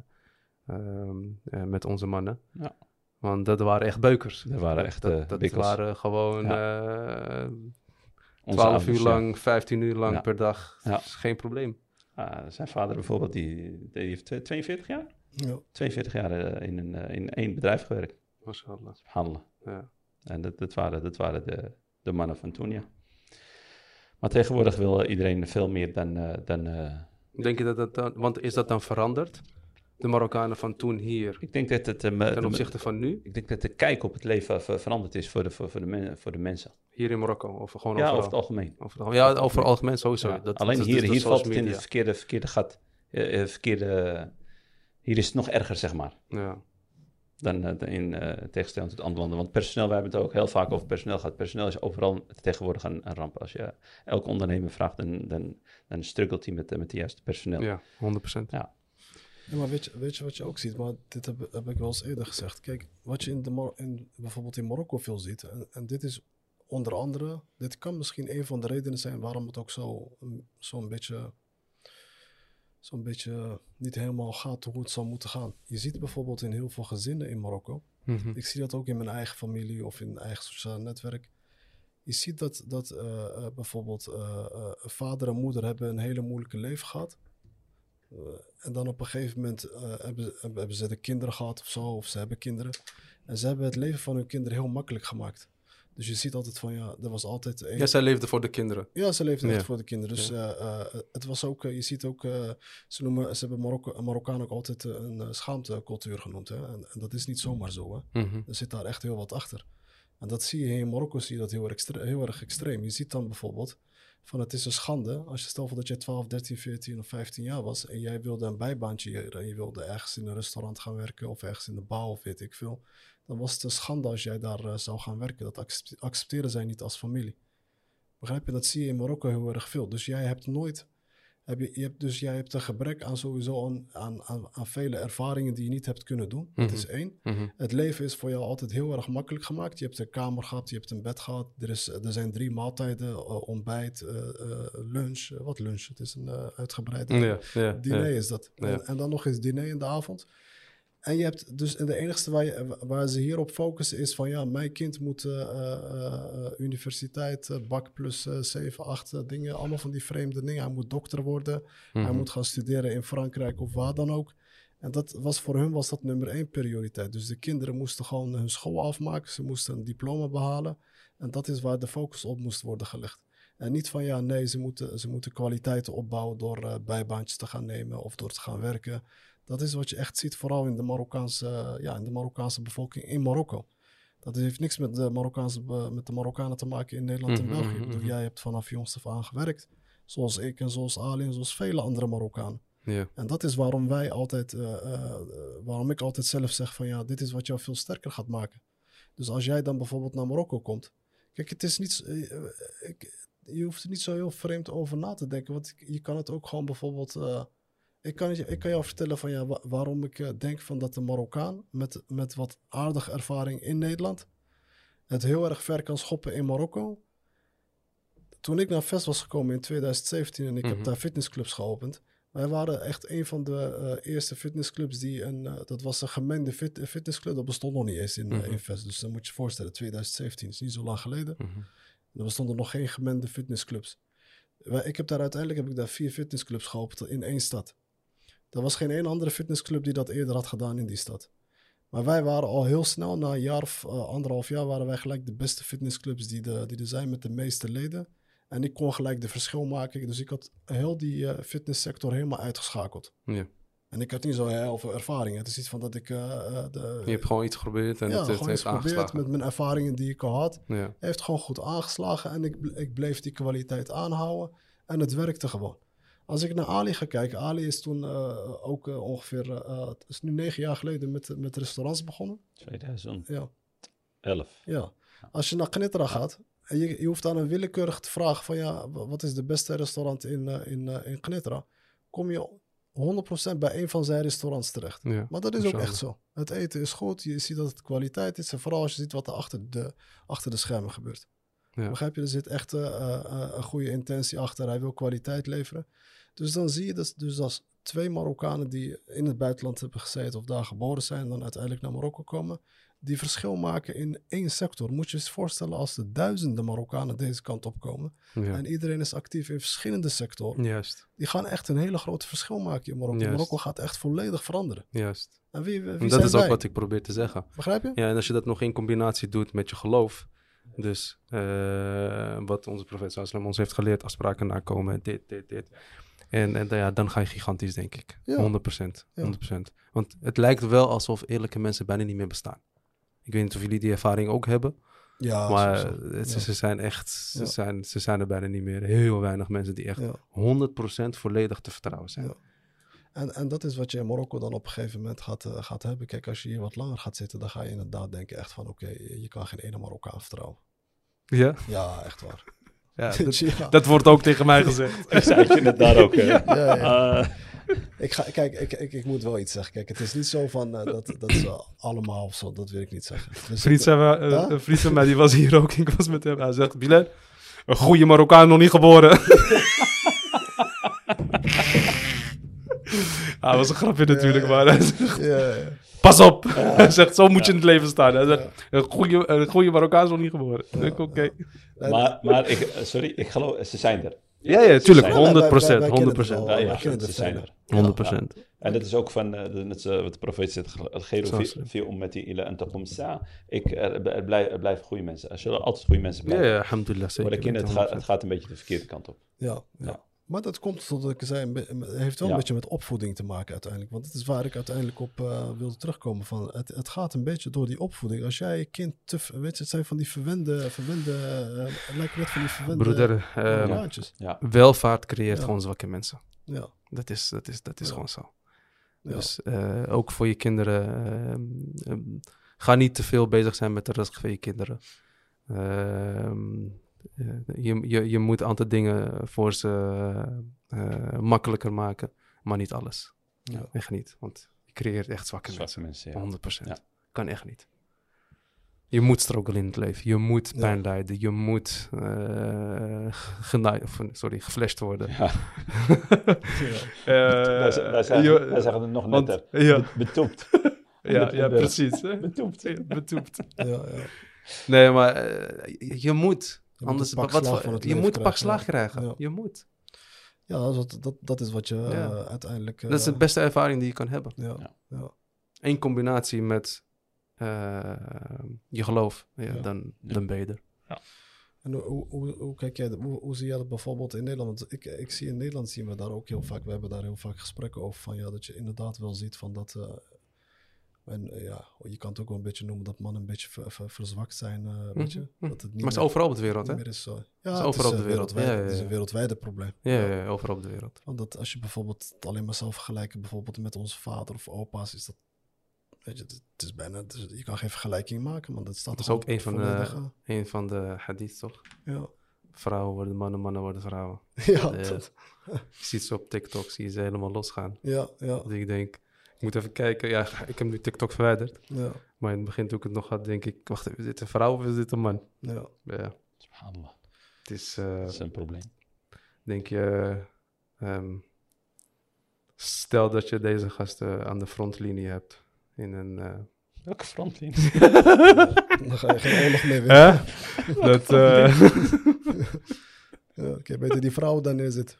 met onze mannen. Ja. Want dat waren echt beukers. Dat waren echt dat waren gewoon 12 ouders, uur lang, 15 uur lang per dag. Ja. Dat is geen probleem. Zijn vader bijvoorbeeld, die heeft 42 jaar? Ja. 42 jaar in één bedrijf gewerkt. Mashallah. Handelen. Ja. En dat waren de mannen van toen, ja. Maar tegenwoordig wil iedereen veel meer dan... Denk je dat dan... Want is dat dan veranderd? De Marokkanen van toen hier Ik denk dat het... ten opzichte van nu? Ik denk dat de kijk op het leven veranderd is voor de mensen. Hier in Marokko? Of gewoon Ja, overal? over het algemeen. Over het algemeen sowieso. Ja. Dat, Alleen dat hier dus valt het in media. het verkeerde gat. Hier is het nog erger, zeg maar. Ja. Dan in tegenstelling tot andere landen. Want personeel, wij hebben het ook heel vaak over personeel gehad. Personeel is overal tegenwoordig een ramp. Als je elke ondernemer vraagt, dan struggelt hij met de juiste personeel. Ja, 100%. Ja. Ja, maar weet je wat je ook ziet? Maar dit heb ik wel eens eerder gezegd. Kijk, wat je bijvoorbeeld in Marokko veel ziet. En dit is onder andere... Dit kan misschien een van de redenen zijn waarom het ook zo'n beetje niet helemaal gaat hoe het zou moeten gaan. Je ziet bijvoorbeeld in heel veel gezinnen in Marokko. Mhm. Ik zie dat ook in mijn eigen familie of in mijn eigen sociaal netwerk. Je ziet dat bijvoorbeeld vader en moeder hebben een hele moeilijke leven gehad. En dan op een gegeven moment hebben ze de kinderen gehad of zo, of ze hebben kinderen. En ze hebben het leven van hun kinderen heel makkelijk gemaakt. Dus je ziet altijd van, er was altijd... Ja, zij leefden voor de kinderen. Ja, ze leefden echt voor de kinderen. Dus het was ook, je ziet ook, ze hebben Marokkaan ook altijd een schaamtecultuur genoemd. Hè? En dat is niet zomaar zo. Hè? Mhm. Er zit daar echt heel wat achter. En dat zie je in Marokko, zie je dat heel erg extreem. Je ziet dan bijvoorbeeld van het is een schande als je stelt voor dat je 12, 13, 14 of 15 jaar was en jij wilde een bijbaantje en je wilde ergens in een restaurant gaan werken of ergens in de bouw of weet ik veel. Dan was het een schande als jij daar zou gaan werken. Dat accepteren zij niet als familie. Begrijp je? Dat zie je in Marokko heel erg veel. Dus jij hebt nooit... jij hebt een gebrek aan sowieso aan vele ervaringen die je niet hebt kunnen doen. Dat is 1. Mhm. Het leven is voor jou altijd heel erg makkelijk gemaakt. Je hebt een kamer gehad, je hebt een bed gehad. Er zijn 3 maaltijden, ontbijt, lunch. Wat lunch? Het is een uitgebreide diner is dat. Ja. En dan nog eens diner in de avond. En je hebt dus de enigste waar ze hierop focussen is van mijn kind moet universiteit, bak plus 7, 8 dingen. Allemaal van die vreemde dingen. Hij moet dokter worden. Mhm. Hij moet gaan studeren in Frankrijk of waar dan ook. En voor hun was dat nummer 1 prioriteit. Dus de kinderen moesten gewoon hun school afmaken. Ze moesten een diploma behalen. En dat is waar de focus op moest worden gelegd. En niet van ze moeten kwaliteiten opbouwen door bijbaantjes te gaan nemen of door te gaan werken. Dat is wat je echt ziet, vooral in de Marokkaanse bevolking in Marokko. Dat heeft niks met de Marokkanen te maken in Nederland en België. Ik bedoel, jij hebt vanaf jongs af aan gewerkt. Zoals ik en zoals Ali en zoals vele andere Marokkanen. Ja. En dat is waarom ik altijd zelf zeg van dit is wat jou veel sterker gaat maken. Dus als jij dan bijvoorbeeld naar Marokko komt. Kijk, het is niet... je hoeft er niet zo heel vreemd over na te denken. Want je kan het ook gewoon bijvoorbeeld... Ik kan jou vertellen van waarom ik denk van dat de Marokkaan met wat aardige ervaring in Nederland het heel erg ver kan schoppen in Marokko. Toen ik naar VES was gekomen in 2017 en ik heb daar fitnessclubs geopend. Wij waren echt een van de eerste fitnessclubs dat was een gemengde fitnessclub. Dat bestond nog niet eens in VES. Dus dan moet je je voorstellen, 2017 is niet zo lang geleden. Er bestonden nog geen gemengde fitnessclubs. Uiteindelijk heb ik daar 4 fitnessclubs geopend in 1 stad. Er was geen één andere fitnessclub die dat eerder had gedaan in die stad. Maar wij waren al heel snel, na een jaar of 1,5 jaar, waren wij gelijk de beste fitnessclubs die er zijn met de meeste leden. En ik kon gelijk de verschil maken. Dus ik had heel die fitnesssector helemaal uitgeschakeld. Ja. En ik had niet zo heel veel ervaring. Het is iets van dat ik... Je hebt gewoon iets geprobeerd en het heeft aangeslagen. Met mijn ervaringen die ik al had. Ja. Heeft gewoon goed aangeslagen. En ik bleef die kwaliteit aanhouden. En het werkte gewoon. Als ik naar Ali ga kijken, Ali is toen ook ongeveer, het is nu 9 jaar geleden met restaurants begonnen. 2011. Ja. Als je naar Knitra gaat, en je hoeft aan een willekeurig te vragen van ja, wat is de beste restaurant in Knitra? Kom je 100% bij een van zijn restaurants terecht. Ja, maar dat is ook echt zo. Het eten is goed, je ziet dat het kwaliteit is en vooral als je ziet wat er achter de schermen gebeurt. Ja. Begrijp je? Er zit echt een goede intentie achter. Hij wil kwaliteit leveren. Dus dan zie je dus als 2 Marokkanen die in het buitenland hebben gezeten of daar geboren zijn en dan uiteindelijk naar Marokko komen, die verschil maken in 1 sector. Moet je je eens voorstellen als er duizenden Marokkanen deze kant op komen en iedereen is actief in verschillende sectoren. Juist. Die gaan echt een hele grote verschil maken in Marokko. Juist. Marokko gaat echt volledig veranderen. Juist. En wie En zijn dat is ook wij? wat ik probeer te zeggen. Begrijp je? Ja, en als je dat nog in combinatie doet met je geloof. Dus wat onze profeet sallam ons heeft geleerd, afspraken nakomen, dit. En dan ga je gigantisch, denk ik. Ja. 100%. 100%. Want het lijkt wel alsof eerlijke mensen bijna niet meer bestaan. Ik weet niet of jullie die ervaring ook hebben. Ja, maar sowieso. ze zijn echt, ze zijn er bijna niet meer. Heel weinig mensen die echt 100% volledig te vertrouwen zijn. Ja. En dat is wat je in Marokko dan op een gegeven moment gaat hebben. Kijk, als je hier wat langer gaat zitten, dan ga je inderdaad denken echt van oké, je kan geen ene Marokkaan vertrouwen. Ja? Ja, echt waar. Ja, Ja. dat wordt ook tegen mij gezegd. Ik zei je het daar ook. Ik moet wel iets zeggen. Kijk, het is niet zo van dat ze allemaal of zo, dat wil ik niet zeggen. Dus Een vriend van mij die was hier ook, ik was met hem. Hij zegt, Bilal, een goede Marokkaan nog niet geboren. Dat was een grapje natuurlijk, maar hij zegt, pas op. Hij zegt, zo moet je in het leven staan. Hij zegt, een goede Marokkaan is nog niet geboren. Ik denk, oké. Maar ik geloof, ze zijn er. Ja, tuurlijk. 100%. 100%. Ja, ze zijn er. 100%. En dat is ook van net wat de profeet zegt, veel om met die ila en taqum sa. Er blijven goede mensen. Er zullen altijd goede mensen blijven. Ja, alhamdulillah. Voor de kinderen, het gaat een beetje de verkeerde kant op. Ja. Maar dat komt, zoals ik zei, heeft wel een beetje met opvoeding te maken uiteindelijk. Want het is waar ik uiteindelijk op wilde terugkomen. Van, het gaat een beetje door die opvoeding. Als jij je kind weet je, het zijn van die verwende lijkt net van die verwende broeder, welvaart creëert gewoon zwakke mensen. Ja. Dat is gewoon zo. Ja. Dus ook voor je kinderen, ga niet te veel bezig zijn met de rest van je kinderen. Je moet een aantal dingen voor ze makkelijker maken, maar niet alles. Ja. Echt niet, want je creëert echt zwakke mensen. 100%. Ja. Kan echt niet. Je moet struggelen in het leven. Je moet pijn lijden. Je moet geflasht worden. Ja. Wij zeggen het nog netter. Betoept. Ja, precies. Betoept. Ja. Nee, maar je moet. Anders, je moet een pak slag krijgen. Ja. Je moet. Ja, dat is wat je uiteindelijk... dat is de beste ervaring die je kan hebben. Ja. In combinatie met je geloof. Dan ben je er. Ja. En hoe kijk jij, hoe zie jij dat bijvoorbeeld in Nederland? Want ik zie in Nederland zien we daar ook heel vaak... We hebben daar heel vaak gesprekken over van... dat je inderdaad wel ziet van dat... je kan het ook wel een beetje noemen dat mannen een beetje verzwakt zijn, weet je. Dat het niet maar het is overal op de wereld, hè? Is zo. Ja, het is overal op de wereld. Het is een wereldwijde probleem. Ja, overal op de wereld. Want dat als je bijvoorbeeld het alleen maar zelf vergelijkt, bijvoorbeeld met onze vader of opa's, is dat, weet je, het is bijna, je kan geen vergelijking maken, maar dat staat. Dat is ook een van de hadith, toch? Ja. Vrouwen worden mannen, mannen worden vrouwen. Ja. Je ziet ze op TikTok, zie je ze helemaal losgaan. Ja. Dat ik denk... Ik moet even kijken. Ja, ik heb nu TikTok verwijderd. Ja. Maar in het begin toen ik het nog had, denk ik... Wacht even, is dit een vrouw of is dit een man? Ja. Het is een probleem. Denk je... stel dat je deze gasten aan de frontlinie hebt. In een... Welke frontlinie? Dan ga je geen oorlog mee winnen. Dat... Oké, beter die vrouw dan neerzit.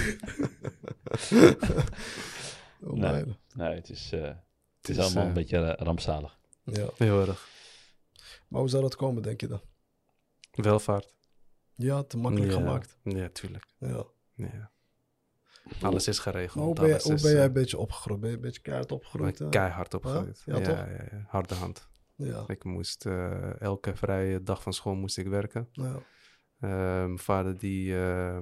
Nee, het is allemaal een beetje rampzalig. Ja. Heel erg. Maar hoe zou dat komen, denk je dan? Welvaart. Ja, te makkelijk gemaakt. Ja, tuurlijk. Ja. Alles is geregeld. Hoe ben jij een beetje opgegroeid? Ben je een beetje keihard opgegroeid? Keihard opgegroeid. Ja, toch? Ja, harde hand. Ja. Ik moest elke vrije dag van school moest ik werken. Ja. Mijn vader die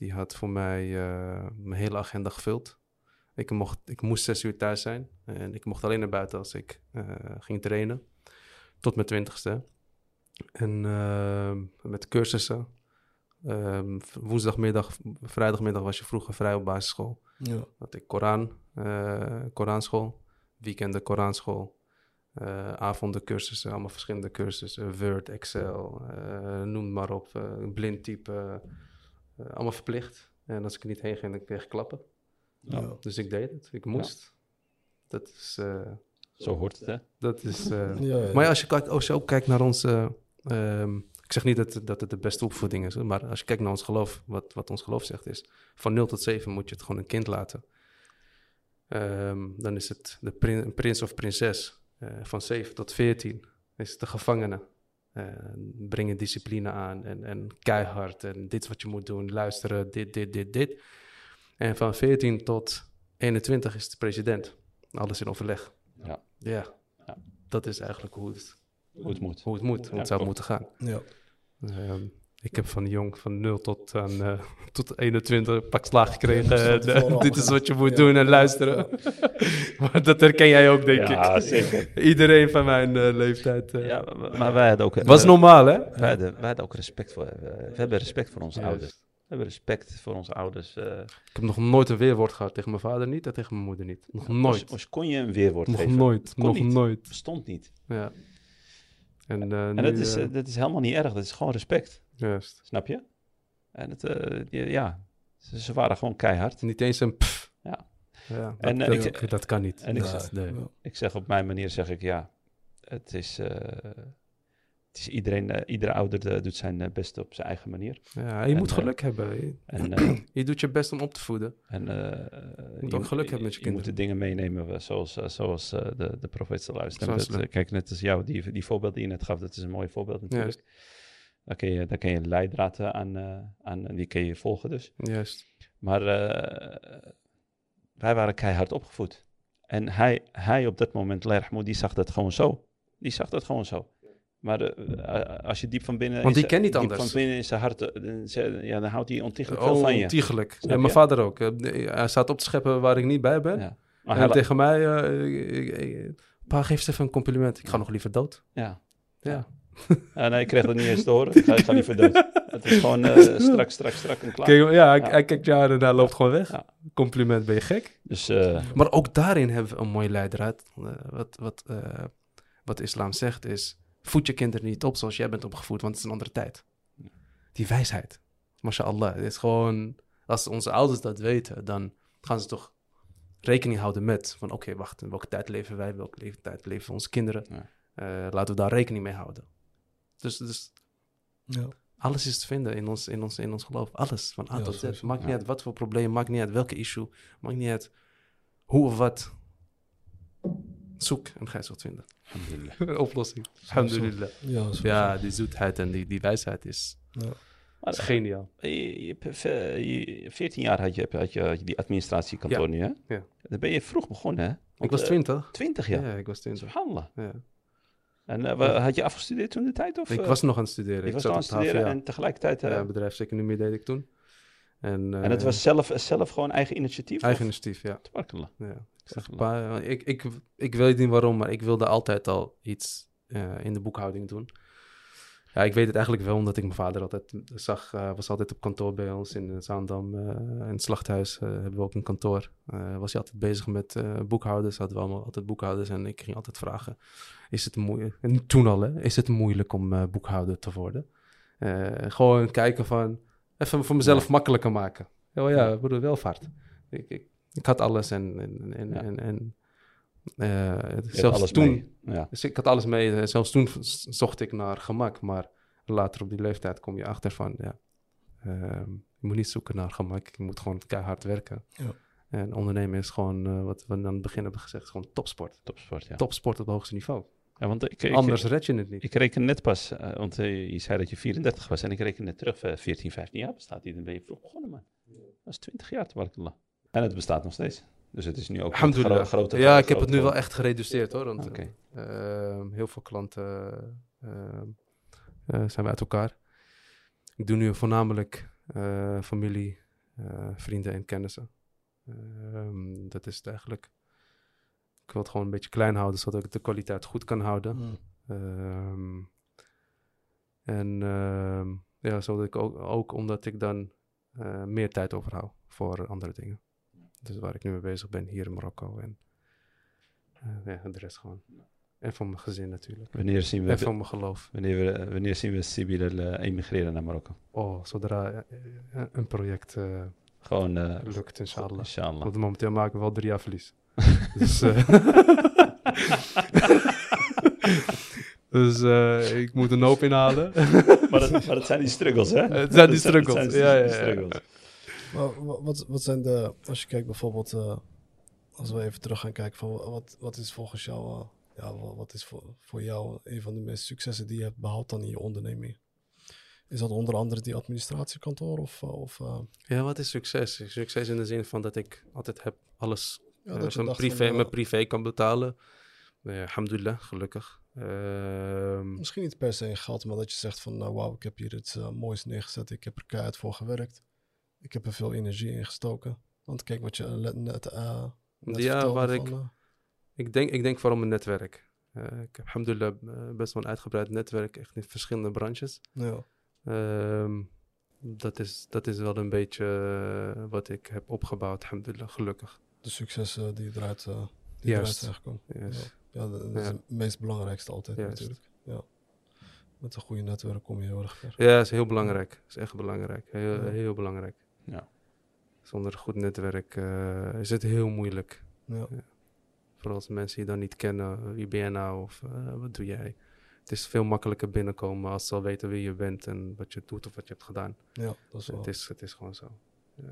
Die had voor mij mijn hele agenda gevuld. Ik moest 6 uur thuis zijn. En ik mocht alleen naar buiten als ik ging trainen. Tot mijn 20ste. En met cursussen. Woensdagmiddag, vrijdagmiddag was je vroeger vrij op basisschool. Ja. Had ik Koranschool. Weekenden Koranschool. Avonden cursussen, allemaal verschillende cursussen. Word, Excel, noem maar op. Blind type. Allemaal verplicht. En als ik er niet heen ging, dan kreeg ik klappen. Ja. Dus ik deed het. Ik moest. Dat is... Zo hoort het, hè? Dat is... Ja. Maar als je ook kijkt naar onze... ik zeg niet dat het de beste opvoeding is, maar als je kijkt naar ons geloof, wat ons geloof zegt is, van 0 tot 7 moet je het gewoon een kind laten. Dan is het een prins of prinses. Van 7 tot 14 is het de gevangene. Brengen discipline aan en keihard en dit is wat je moet doen, luisteren, dit. En van 14 tot 21 is het de president. Alles in overleg. Ja. Dat is eigenlijk hoe het moet. Hoe het zou moeten gaan. Ja. Ik heb van 0 tot 21 pak slaag gekregen. Dit is wat je moet doen en luisteren. Maar dat herken jij ook, denk ik. Ja, zeker. Iedereen van mijn leeftijd. Ja, maar wij hadden ook... Was normaal, hè? Wij hadden ook respect voor... we hebben respect voor onze ouders. We hebben respect voor onze ouders. Ik heb nog nooit een weerwoord gehad. Tegen mijn vader niet en tegen mijn moeder niet. Nog nooit. Kon je een weerwoord nog geven? Nog nooit. Bestond niet. Ja. En nu, dat is helemaal niet erg. Dat is gewoon respect. Juist. Snap je? En ze waren gewoon keihard. Niet eens een pff. Ja. Dat kan niet. En ik zeg op mijn manier, het is iedere ouder doet zijn best op zijn eigen manier. Ja, je moet geluk hebben. Je doet je best om op te voeden. En je moet ook geluk hebben met je kinderen. Je moet de dingen meenemen zoals de profeet zal luisteren. Kijk, net als jou, die voorbeeld die je net gaf, dat is een mooi voorbeeld natuurlijk. Daar kun je een leidraad aan die kun je volgen dus. Juist. Maar wij waren keihard opgevoed. En hij op dat moment, die zag dat gewoon zo. Maar als je diep van binnen... Want die kent niet anders. Diep van binnen in zijn hart, dan houdt hij ontiegelijk veel van je. Ontiegelijk. Ja, mijn vader ook. Hij staat op te scheppen waar ik niet bij ben. Ja. Maar en tegen mij... pa, geef eens even een compliment. Ik ga nog liever dood. Ja. Nee, ik kreeg dat niet eens te horen. Ik ga liever dood. Het is gewoon strak en klaar. Kijk, hij kijkt je aan en hij loopt gewoon weg. Ja. Compliment, ben je gek? Dus, maar ook daarin hebben we een mooie leidraad. Wat de islam zegt is... Voed je kinderen niet op zoals jij bent opgevoed, want het is een andere tijd. Die wijsheid. Mashallah. Het is gewoon... Als onze ouders dat weten, dan gaan ze toch rekening houden met... van oké, wacht, in welke tijd leven wij? Welke tijd leven onze kinderen? Ja. Laten we daar rekening mee houden. Dus ja. Alles is te vinden in ons geloof. Alles, van A tot Z. Maakt niet uit wat voor probleem, maakt niet uit welke issue. Maakt niet uit hoe of wat. Zoek en ga je het vinden. Een oplossing. Alhamdulillah. Ja, die zoetheid en die wijsheid is geniaal. 14 jaar had je die administratiekantoor nu, hè? Ja. Dan ben je vroeg begonnen, hè? Ik was 20. 20 jaar? Ja, ik was 20. Subhanallah. Ja. En had je afgestudeerd toen de tijd? Of, ik was nog aan het studeren. Ik was nog aan het studeren en tegelijkertijd... bedrijfseconomie deed ik toen. En het was zelf gewoon eigen initiatief? Eigen initiatief, ja. Tabakallah. Ja. Ik weet niet waarom, maar ik wilde altijd al iets in de boekhouding doen. Ja, ik weet het eigenlijk wel, omdat ik mijn vader altijd zag. Was altijd op kantoor bij ons in Zaandam. In het slachthuis hebben we ook een kantoor. Was hij altijd bezig met boekhouders. Hadden we allemaal altijd boekhouders. En ik ging altijd vragen, is het moeilijk? En toen al, hè, is het moeilijk om boekhouder te worden? Gewoon kijken van, even voor mezelf makkelijker maken. Oh ja, broer, welvaart. Ik had alles zelfs alles toen... mee. Ja. Dus ik had alles mee. Zelfs toen zocht ik naar gemak. Maar later op die leeftijd kom je achter van... je moet niet zoeken naar gemak. Je moet gewoon keihard werken. Ja. En ondernemen is gewoon... wat we aan het begin hebben gezegd... gewoon topsport. Topsport, ja. Topsport op het hoogste niveau. Ja, want anders red je het niet. Ik reken net pas... want je zei dat je 34 was. En ik reken net terug... 14, 15 jaar bestaat die. Dan ben je vroeg begonnen, man. Dat is 20 jaar, tabarakallah. En het bestaat nog steeds. Dus het is nu ook een grote... Ja, ik heb het nu wel echt gereduceerd, hoor. Want heel veel klanten zijn we uit elkaar. Ik doe nu voornamelijk familie, vrienden en kennissen. Dat is het eigenlijk. Ik wil het gewoon een beetje klein houden, zodat ik de kwaliteit goed kan houden. Zodat ik ook omdat ik dan meer tijd overhoud voor andere dingen. Dus waar ik nu mee bezig ben, hier in Marokko. En de rest gewoon. En voor mijn gezin natuurlijk. Wanneer zien we en voor mijn geloof. Wanneer zien we Sibyl emigreren naar Marokko? Zodra een project gewoon lukt, inshallah. Inshallah. Want momenteel maken we wel 3 jaar verlies. Dus ik moet een hoop inhalen. maar het zijn die struggles, hè? Het zijn die struggles, ja. Maar wat zijn de... Als je kijkt bijvoorbeeld... als we even terug gaan kijken van... Wat is volgens jou... wat is voor jou een van de meest successen die je hebt behaald dan in je onderneming? Is dat onder andere die administratiekantoor of Ja, wat is succes? Succes in de zin van dat ik altijd heb alles... mijn privé kan betalen. Alhamdulillah, gelukkig. Misschien niet per se in geld, maar dat je zegt van... Nou, wauw, ik heb hier iets moois neergezet. Ik heb er keihard voor gewerkt. Ik heb er veel energie in gestoken. Want kijk wat je net vertelde. Ik denk vooral mijn netwerk. Ik heb alhamdulillah best wel een uitgebreid netwerk. Echt in verschillende branches. Ja. Dat is wel een beetje wat ik heb opgebouwd, alhamdulillah, gelukkig. De successen die eruit zijn gekomen. Yes. Ja, dat is het meest belangrijkste altijd natuurlijk. Ja. Met een goede netwerk kom je heel erg ver. Ja, dat is heel belangrijk. Dat is echt belangrijk. Heel belangrijk. Ja. Zonder een goed netwerk is het heel moeilijk. Ja. Vooral als mensen je dan niet kennen. Wie ben je nou? Of wat doe jij? Het is veel makkelijker binnenkomen als ze al weten wie je bent en wat je doet of wat je hebt gedaan. Ja, dat is wel. Het is gewoon zo.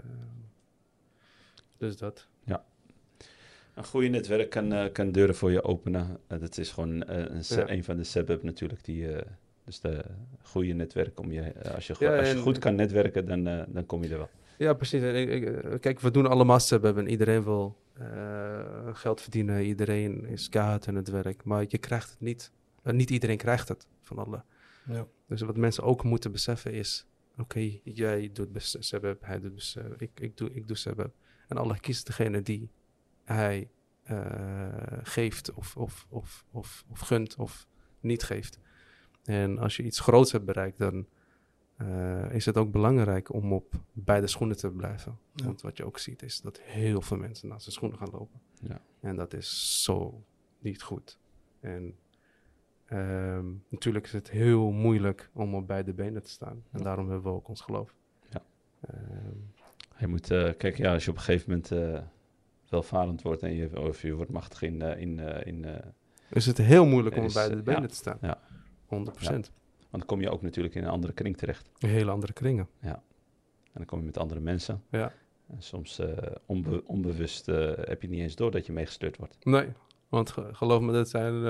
Dus dat. Ja. Een goede netwerk kan deuren voor je openen. Dat is gewoon een van de sebab natuurlijk. Dus de goede netwerk om je... Als je goed kan netwerken, dan kom je er wel. Ja, precies. Kijk, we doen allemaal sebab en iedereen wil geld verdienen. Iedereen is kaart in het werk. Maar je krijgt het niet. Niet iedereen krijgt het van alle. Ja. Dus wat mensen ook moeten beseffen is... Oké, jij doet sebab, hij doet ik doe sebab. En Allah kiest degene die hij geeft of gunt of niet geeft. En als je iets groots hebt bereikt, dan is het ook belangrijk om op beide schoenen te blijven. Ja. Want wat je ook ziet is dat heel veel mensen naast zijn schoenen gaan lopen. Ja. En dat is zo niet goed. En natuurlijk is het heel moeilijk om op beide benen te staan. En daarom hebben we ook ons geloof. Ja. Je moet, kijk, als je op een gegeven moment welvarend wordt en je wordt machtig is het heel moeilijk om op beide benen te staan. Ja. 100%. Ja. Want dan kom je ook natuurlijk in een andere kring terecht. Een hele andere kringen. Ja. En dan kom je met andere mensen. Ja. En soms onbewust heb je niet eens door dat je meegestuurd wordt. Nee, want geloof me, dat zijn...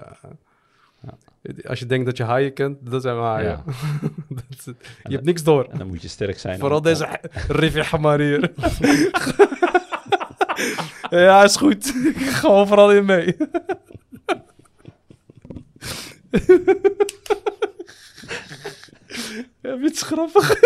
Als je denkt dat je haaien kent, dat zijn we haaien. Ja. Je hebt niks door. En dan moet je sterk zijn. Vooral deze Rivi Hamar hier. Ja, is goed. Ik ga overal in mee. Ja, dit is grappig.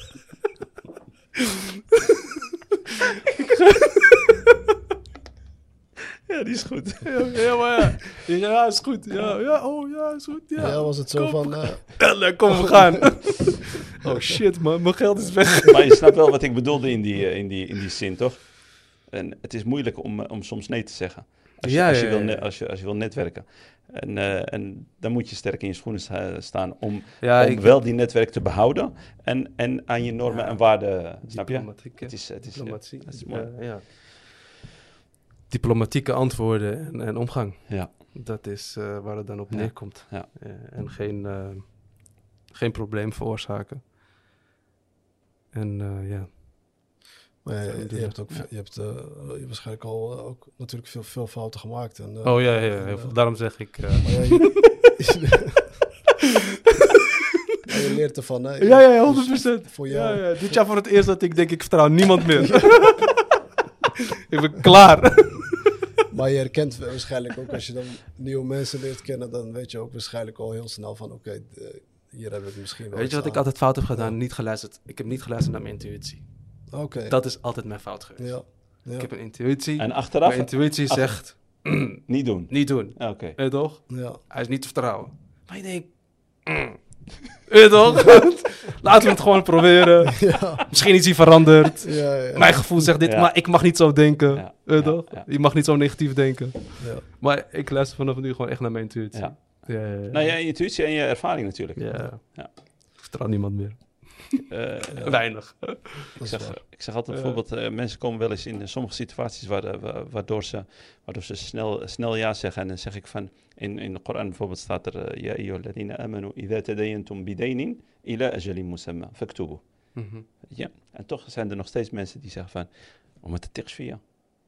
Ja, die is goed. Ja, is goed. Ja, is goed. Ja, was het zo van... Kom, we gaan. Oh shit, man. Mijn geld is weg. Maar je snapt wel wat ik bedoelde in die zin, toch? En het is moeilijk om soms nee te zeggen. Als je wil netwerken. En dan moet je sterk in je schoenen staan om wel die netwerk te behouden. En aan je normen en waarden, snap je? Het is diplomatie. Het is mooi. Ja. Diplomatieke antwoorden en omgang. Ja. Dat is waar het dan op neerkomt. Ja. En geen probleem veroorzaken. En ja... Maar je hebt waarschijnlijk al ook natuurlijk veel fouten gemaakt. En, heel veel. Daarom zeg ik... je leert ervan, hè? Ja, 100%. Dus voor jou. Ja. Dit jaar voor het eerst dat ik denk, ik vertrouw niemand meer. Ik ben klaar. Maar je herkent waarschijnlijk ook, als je dan nieuwe mensen leert kennen, dan weet je ook waarschijnlijk al heel snel van, oké, hier heb ik misschien wel. Weet je wat ik altijd fout heb gedaan? Ik heb niet geluisterd naar mijn intuïtie. Oké. Dat is altijd mijn fout geweest. Ja. Ik heb een intuïtie. En achteraf... Mijn intuïtie zegt, Niet doen. niet doen. Oké. Weet je toch? Ja. Hij is niet te vertrouwen. Maar je denkt, weet je toch? Laten we het gewoon proberen. Ja. Misschien is hij veranderd. Ja. Mijn gevoel zegt dit, Ja. maar ik mag niet zo denken. Ja. Weet je Ja. toch? Ja. Je mag niet zo negatief denken. Ja. Maar ik luister vanaf nu gewoon echt naar mijn intuïtie. Ja. Ja, ja, ja. Nou ja, je intuïtie en je ervaring natuurlijk. Ja. Ja. Ik vertrouw niemand meer. Weinig. Ik zeg altijd bijvoorbeeld, mensen komen wel eens in sommige situaties waardoor ze snel ja zeggen. En dan zeg ik van, in de Koran bijvoorbeeld staat er, ja ayyuhalladhina amanu idha tadayantum bidainin ila ajalin musamma faktubu. Mhm. Ja, en toch zijn er nog steeds mensen die zeggen van, om het te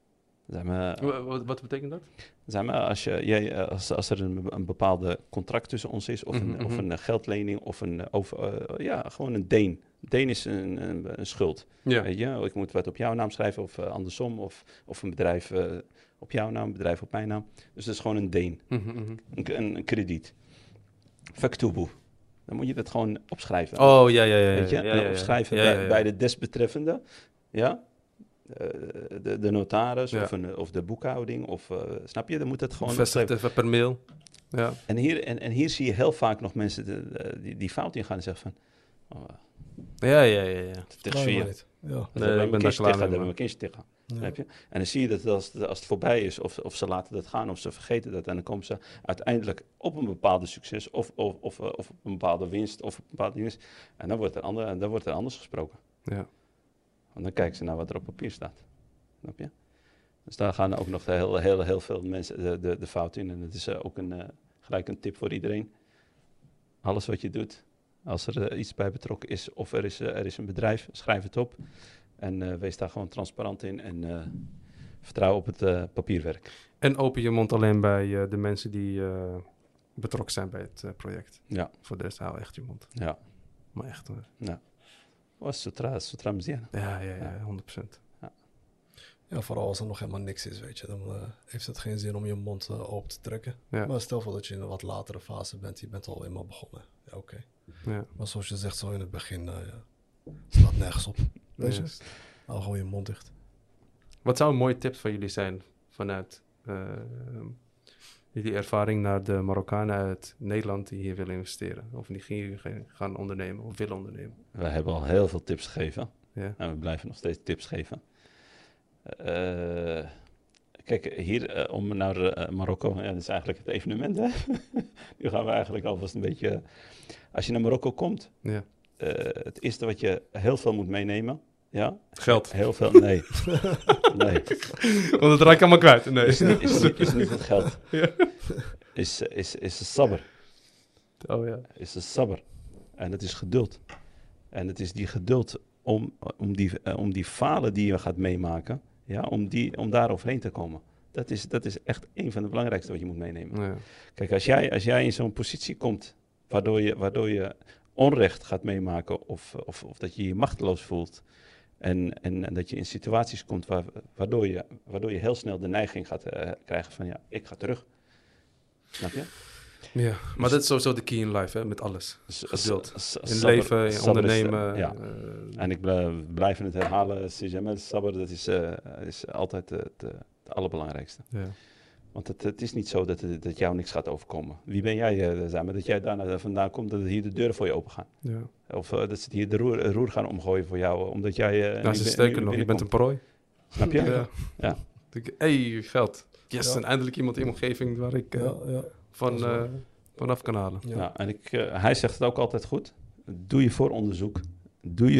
Wat betekent dat? Zeg maar, als er een bepaalde contract tussen ons is, of een geldlening, of gewoon een deen. Deen is een schuld. Ja. Weet je? Ik moet wat op jouw naam schrijven, of andersom, of een bedrijf op jouw naam, een bedrijf op mijn naam. Dus dat is gewoon een deen, een krediet. Faktubu. Dan moet je dat gewoon opschrijven. Oh, ja. Weet je? Ja, En opschrijven bij de desbetreffende, ja. De notaris of de boekhouding, snap je? Dan moet het gewoon vestigd even per mail. Ja. En hier zie je heel vaak nog mensen die fout ingaan en zeggen van... Ja. Het is Klaar vier. niet. Ja. Nee, ik ben daar klaar mee, Dat man. een kindje tegen. Ja. Snap je? En dan zie je dat als het voorbij is, of ze laten dat gaan, of ze vergeten dat. En dan komen ze uiteindelijk op een bepaalde succes, of op een bepaalde winst, of op een bepaalde winst. En dan wordt er anders gesproken. Ja. Want dan kijken ze naar wat er op papier staat. Snap je? Dus daar gaan ook nog heel veel mensen de fout in. En dat is ook gelijk een tip voor iedereen. Alles wat je doet, als er iets bij betrokken is of er is een bedrijf, schrijf het op. En wees daar gewoon transparant in en vertrouw op het papierwerk. En open je mond alleen bij de mensen die betrokken zijn bij het project. Ja. Voor de rest hou echt je mond. Ja. Maar echt hoor. Ja. Was sutra mziana. Ja, 100%. Ja, vooral als er nog helemaal niks is, weet je. Dan heeft het geen zin om je mond open te trekken. Ja. Maar stel voor dat je in een wat latere fase bent. Je bent al eenmaal begonnen. Ja, oké. Ja. Maar zoals je zegt, zo in het begin, slaat nergens op. Weet je? Yes. Hou gewoon je mond dicht. Wat zou een mooie tip van jullie zijn vanuit jullie ervaring naar de Marokkanen uit Nederland die hier willen investeren? Of die hier gaan ondernemen of willen ondernemen? We hebben al heel veel tips gegeven. Ja. En we blijven nog steeds tips geven. Kijk, hier om naar Marokko, ja, dat is eigenlijk het evenement, hè? Nu gaan we eigenlijk alvast een beetje... Als je naar Marokko komt, Ja. het eerste wat je heel veel moet meenemen, ja? Geld. Heel veel, nee. Nee, Want het raak ik allemaal kwijt. Nee. is niet het geld. Ja. Is de sabber. Oh ja. Is de sabber. En het is geduld. En het is die geduld om die falen die je gaat meemaken, ja, om daar overheen te komen. Dat is echt een van de belangrijkste wat je moet meenemen. Ja. Kijk, als jij in zo'n positie komt waardoor je onrecht gaat meemaken of dat je je machteloos voelt en dat je in situaties komt waardoor je heel snel de neiging gaat krijgen van ja, ik ga terug. Snap je? Ja, maar dat is sowieso de key in life, hè, met alles. Geduld. In Sabber- leven, in sabber is, ondernemen. ja. En ik blijf het herhalen, Sijamel Sabber, dat is altijd het allerbelangrijkste. Ja. Want het is niet zo dat jou niks gaat overkomen. Wie ben jij, Zama, dat jij daar vandaan komt, dat hier de deuren voor je open gaan. Ja. Of dat ze hier de roer gaan omgooien voor jou, omdat jij... Nou, ze sterker nog, je bent een prooi. Snap je? Ja. Ja. Hey, geld. Yes, Ja. en eindelijk iemand in mijn omgeving waar ik Ja. vanaf kan halen. Ja. Ja, en hij zegt het ook altijd goed. Doe je vooronderzoek. Doe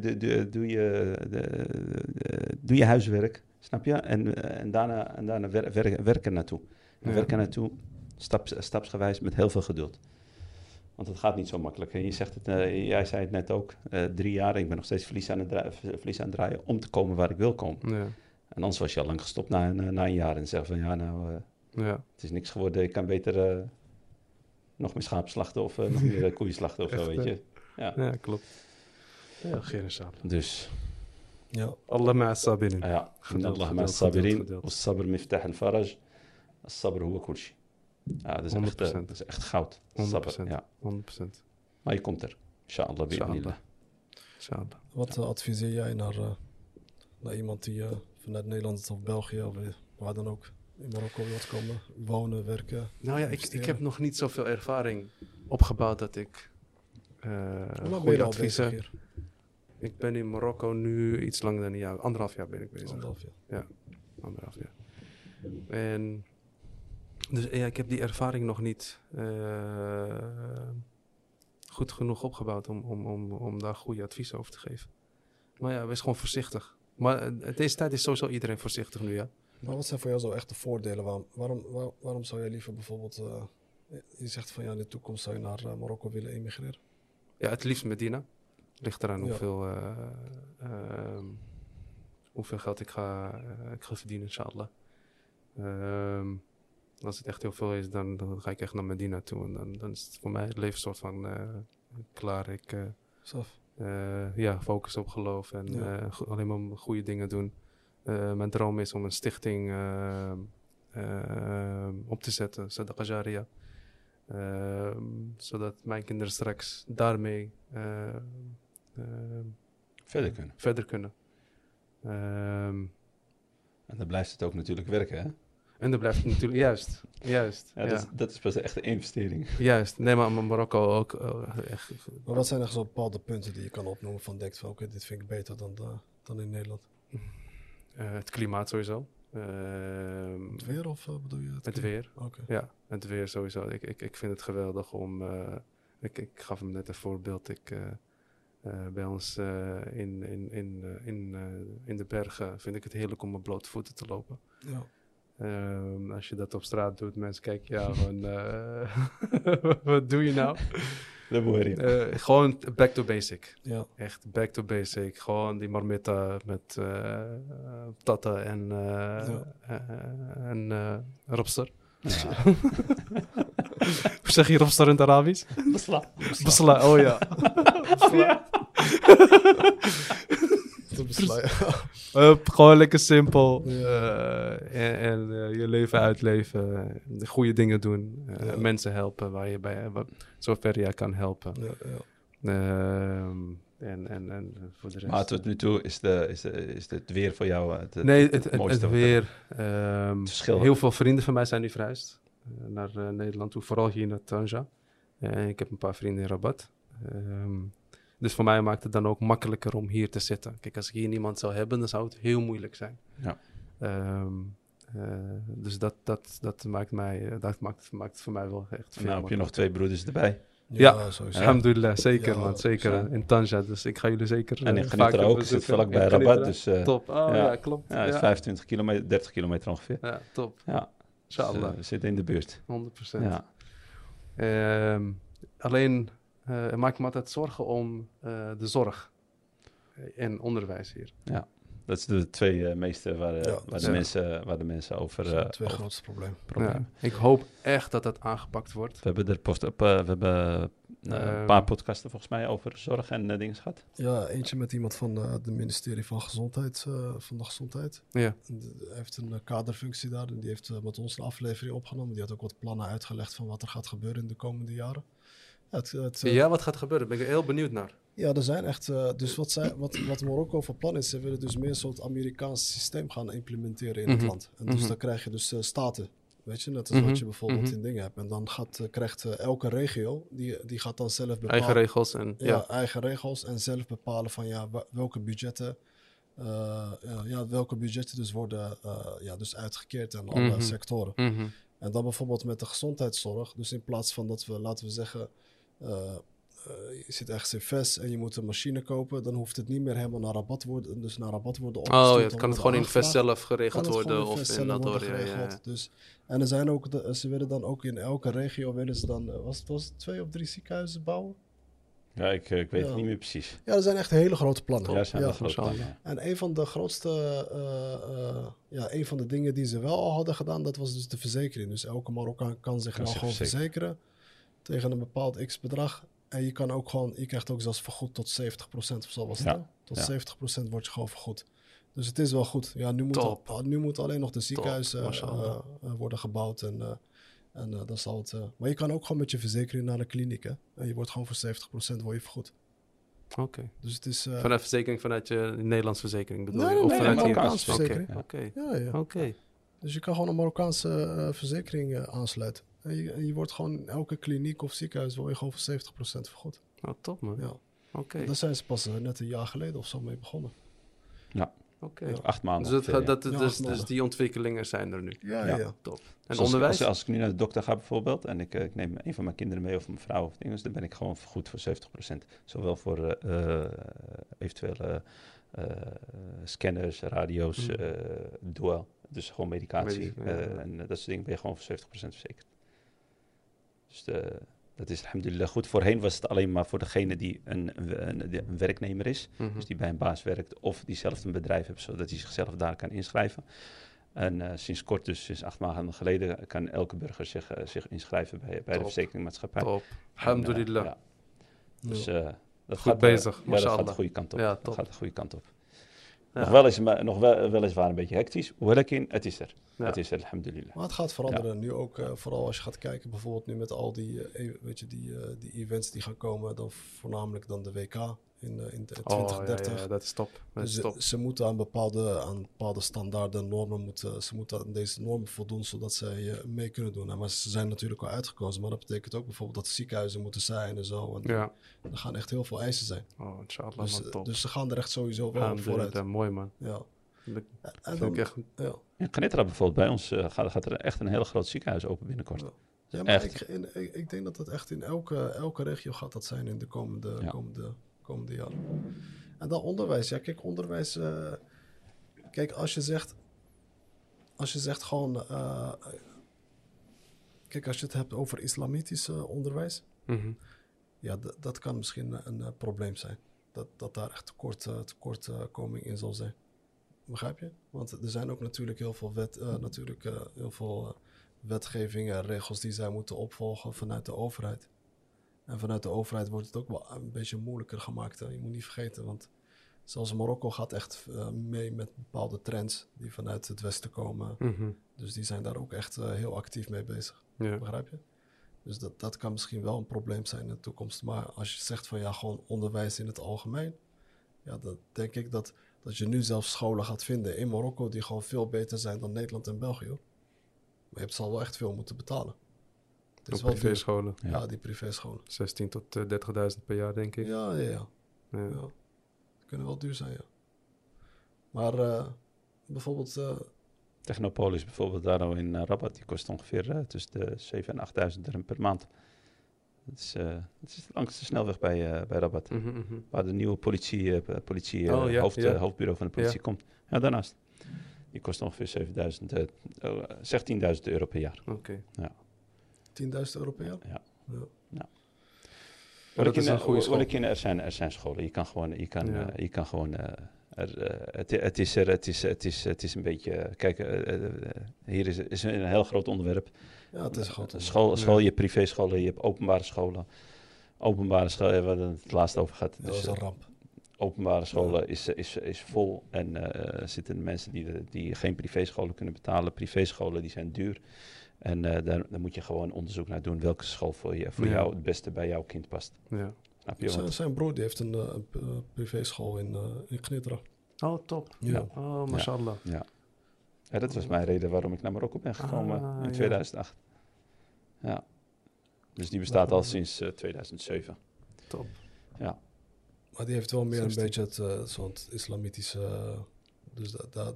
je huiswerk. Snap je? En daarna werken naartoe. Ja. Werken naartoe, stapsgewijs, met heel veel geduld. Want het gaat niet zo makkelijk. En jij zei het net ook. 3 jaar, ik ben nog steeds verlies aan het draaien om te komen waar ik wil komen. Ja. En anders was je al lang gestopt na een jaar en zeg van ja, nou, Ja. het is niks geworden. Ik kan beter nog meer schapen slachten of nog meer koeien slachten of zo, Echt, weet je. Ja. Ja, klopt. Ja, geen sabel. Dus, Ja. Allah ma'a sabirin. ja. Geduld, Allah geduld, ma'a sabirin. geduld. Was-sabr miftah al-faraj. As-sabr huwa kulshi. Ja, dat is, echt, 100%. dat is echt goud. 100%. Sabr, ja. 100%. Maar je komt er. Inshallah, bi'idhnillah. Inshallah. Wat adviseer jij naar naar iemand die vanuit Nederland of België of waar dan ook in Marokko wilt komen, wonen, werken? Nou ja, ik heb nog niet zoveel ervaring opgebouwd dat ik goede adviezen... Hier? Ik ben in Marokko nu iets langer dan een jaar. 1,5 jaar ben ik bezig. 1,5 jaar. Ja, 1,5 jaar. En dus ja, ik heb die ervaring nog niet goed genoeg opgebouwd om daar goede advies over te geven. Maar ja, wees gewoon voorzichtig. Maar deze tijd is sowieso iedereen voorzichtig nu, ja. Maar wat zijn voor jou zo echt de voordelen? Waarom zou jij liever bijvoorbeeld... je zegt van ja, in de toekomst zou je naar Marokko willen emigreren? Ja, het liefst Medina. Ligt eraan hoeveel geld ik ga verdienen, inshallah. Als het echt heel veel is, dan ga ik echt naar Medina toe. En dan is het voor mij het leven soort van klaar. Ik focus op geloof en alleen maar goede dingen doen. Mijn droom is om een stichting op te zetten, Sadaqa Jariya. Zodat mijn kinderen straks daarmee verder kunnen. En dan blijft het ook natuurlijk werken, hè? En dan blijft het natuurlijk, juist. Ja, dat is pas echt een investering. Juist, nee, maar Marokko ook echt. Maar wat zijn er zo bepaalde punten die je kan opnoemen van denkt van oké, dit vind ik beter dan in Nederland? Het klimaat sowieso. Het weer of bedoel je? Het weer. Okay. Ja, het weer sowieso. Ik vind het geweldig om... Ik gaf hem net een voorbeeld. Bij ons in de bergen vind ik het heerlijk om op blote voeten te lopen. Ja. Als je dat op straat doet, mensen kijken ja van... wat doe je nou? Dat moet je. Gewoon back to basic. Ja. Echt back to basic. Gewoon die marmita met tata en robster. Ja. Hoe zeg je robster in het Arabisch? Besla. Besla, oh ja. Gewoon lekker simpel. En je leven uitleven. Goede dingen doen. Mensen helpen waar je bij zover je kan helpen. En voor de rest. Maar tot nu toe is het weer voor jou het mooiste? Het weer. Verschil. Heel veel vrienden van mij zijn nu verhuisd naar Nederland toe. Vooral hier naar Tanja. Ik heb een paar vrienden in Rabat. Dus voor mij maakt het dan ook makkelijker om hier te zitten. Kijk, als ik hier niemand zou hebben, dan zou het heel moeilijk zijn. Ja. Dus dat maakt het voor mij wel echt veel. En nou heb je nog 2 broeders erbij. Ja, sowieso. Alhamdulillah, zeker Ja, man, zeker in Tanja. Dus ik ga jullie zeker en ik geniet er ook, zit vlak bij Rabat. Dus, top, ja klopt. Ja, het is 25 kilometer, 30 kilometer ongeveer. Ja, top. Ja, Inshallah. Dus, we zitten in de buurt. 100%. Ja. Alleen maak ik me altijd zorgen om de zorg en onderwijs hier. Ja, dat is de 2 meeste waar de mensen over... Dat zijn de 2 grootste problemen. Ja. Ik hoop echt dat dat aangepakt wordt. We hebben een paar podcasten volgens mij over zorg en dingen gehad. Ja, eentje met iemand van het ministerie van Gezondheid, van de Gezondheid. Ja. Hij heeft een kaderfunctie daar en die heeft met ons een aflevering opgenomen. Die had ook wat plannen uitgelegd van wat er gaat gebeuren in de komende jaren. Ja, wat gaat gebeuren? Daar ben ik heel benieuwd naar. Ja, er zijn echt... dus wat Marokko van plan is, ze willen dus meer een soort Amerikaans systeem gaan implementeren in het land. En dus dan krijg je dus staten, weet je, net als wat je bijvoorbeeld in dingen hebt. En dan krijgt elke regio, die gaat dan zelf bepalen... Eigen regels en... Ja, eigen regels en zelf bepalen van welke budgetten... welke budgetten dus worden dus uitgekeerd aan alle sectoren. En dan bijvoorbeeld met de gezondheidszorg. Dus in plaats van dat we, laten we zeggen... je zit ergens in VES en je moet een machine kopen... dan hoeft het niet meer helemaal naar Rabat worden opgestuurd. Oh ja, kan het gewoon in VES zelf geregeld worden? Of in dat door, ja. Dus, en er zijn ook ze willen dan ook in elke regio... willen ze dan, was het 2 of 3 ziekenhuizen bouwen? Ja, ik weet het niet meer precies. Ja, er zijn echt hele grote plannen. Ja, zijn grote plannen. En een van de grootste... een van de dingen die ze wel al hadden gedaan... dat was dus de verzekering. Dus elke Marokkaan kan zich nou gewoon verzekeren... tegen een bepaald x-bedrag. En je kan ook gewoon... je krijgt ook zelfs vergoed tot 70% of zo was het. Ja. Tot 70% wordt je gewoon vergoed. Dus het is wel goed. Ja, nu moet alleen nog de ziekenhuizen worden gebouwd... En dan zal het... maar je kan ook gewoon met je verzekering naar de kliniek, hè? En je wordt gewoon voor 70% word je vergoed. Oké. Dus het is... Vanuit verzekering, vanuit je Nederlandse verzekering bedoel je? Nee, Of nee, vanuit Marokkaanse Oké, verzekering. oké. Ja. Oké. Dus je kan gewoon een Marokkaanse verzekering aansluiten. En je wordt gewoon in elke kliniek of ziekenhuis word je gewoon voor 70% vergoed. Oh, top man. Ja. Oké. Daar zijn ze pas net een jaar geleden of zo mee begonnen. Oké. Ja. 8 maanden. Dus, ongeveer, dus die ontwikkelingen zijn er nu. Ja. Top. En Zoals onderwijs? Als ik nu naar de dokter ga bijvoorbeeld en ik neem een van mijn kinderen mee of mijn vrouw of dingen, dan ben ik gewoon vergoed voor 70%. Zowel voor eventuele scanners, radio's, dual. Dus gewoon medicatie. En dat soort dingen ben je gewoon voor 70% verzekerd. Dus dat is alhamdulillah goed. Voorheen was het alleen maar voor degene die een werknemer is. Dus die bij een baas werkt of die zelf een bedrijf heeft, zodat hij zichzelf daar kan inschrijven. En sinds kort, dus sinds 8 maanden geleden, kan elke burger zich inschrijven bij de verzekeringmaatschappij. Top. Alhamdulillah. Ja. Dus dat Goed gaat bezig, dat gaat mashallah. de goede kant op. Ja, Dat top. gaat de goede kant op. Ja. Nog weliswaar een beetje hectisch. Walakin, het is er. Ja. Het is er, alhamdulillah. Maar het gaat veranderen. Nu ook, vooral als je gaat kijken, bijvoorbeeld nu met al die, die events die gaan komen, dan voornamelijk dan de WK in 2030. Ja, dat is top. Dat is Dus top. ze moeten aan bepaalde standaarden, normen, ze moeten aan deze normen voldoen, zodat zij mee kunnen doen. Maar ze zijn natuurlijk al uitgekozen, maar dat betekent ook bijvoorbeeld dat ziekenhuizen moeten zijn en zo. En Ja. er gaan echt heel veel eisen zijn. Oh, inshallah, Dus, man, top. dus ze gaan er echt sowieso wel vooruit. Alhamdulillah, mooi man. Ja. Dat En vind ik echt... ja. In Genetra bijvoorbeeld, bij ons gaat er echt een heel groot ziekenhuis open binnenkort. Ja. Ja, maar Echt. ik denk dat het echt in elke regio gaat dat zijn in de komende jaren. En dan onderwijs. Ja, kijk, onderwijs... kijk, als je zegt gewoon... kijk, als je het hebt over islamitisch onderwijs... Mhm. Ja, dat kan misschien een probleem zijn. Dat daar echt tekortkoming in zal zijn. Begrijp je? Want er zijn ook natuurlijk heel veel wetgevingen en regels die zij moeten opvolgen vanuit de overheid. En vanuit de overheid wordt het ook wel een beetje moeilijker gemaakt. Hè? Je moet niet vergeten, want zelfs Marokko gaat echt mee met bepaalde trends die vanuit het westen komen. Mhm. Dus die zijn daar ook echt heel actief mee bezig. Ja. Begrijp je? Dus dat kan misschien wel een probleem zijn in de toekomst. Maar als je zegt van ja, gewoon onderwijs in het algemeen. Ja, dat denk ik dat je nu zelfs scholen gaat vinden in Marokko die gewoon veel beter zijn dan Nederland en België. Hoor. Maar je zal wel echt veel moeten betalen. Het is Op wel duur. privéscholen. Ja, die privéscholen. 16 tot 30.000 per jaar, denk ik. Ja. Ja. Die kunnen wel duur zijn, ja. Maar bijvoorbeeld... Technopolis bijvoorbeeld, daar nou in Rabat, die kost ongeveer tussen de 7.000 en 8.000 dirham per maand. Het is langs de snelweg bij Rabat, Mhm, mhm. waar de nieuwe hoofdbureau van de politie komt. Ja, daarnaast. Die kost ongeveer 16.000 euro per jaar. Oké. Ja. 10.000 euro per jaar? Ja. Ja. Dat is een goede school. Er zijn scholen. Je kan gewoon het is een beetje... Kijk, hier is een heel groot onderwerp. Ja, het is een groot School, je hebt privéscholen, je hebt openbare scholen. Openbare scholen, waar het laatst over gaat. Dat is een ramp. Openbare scholen is vol en zitten mensen die geen privéscholen kunnen betalen. Privéscholen die zijn duur. En daar moet je gewoon onderzoek naar doen welke school voor jou het beste bij jouw kind past. Ja. Snap je? Zijn broer die heeft een privéschool in Genetra. Oh, top. Ja. Oh, mashallah. Ja, dat was mijn reden waarom ik naar Marokko ben gekomen in 2008. Ja. Dus die bestaat al sinds 2007. Top. Ja. Maar die heeft wel meer 16. een beetje zo'n islamitische... dus daar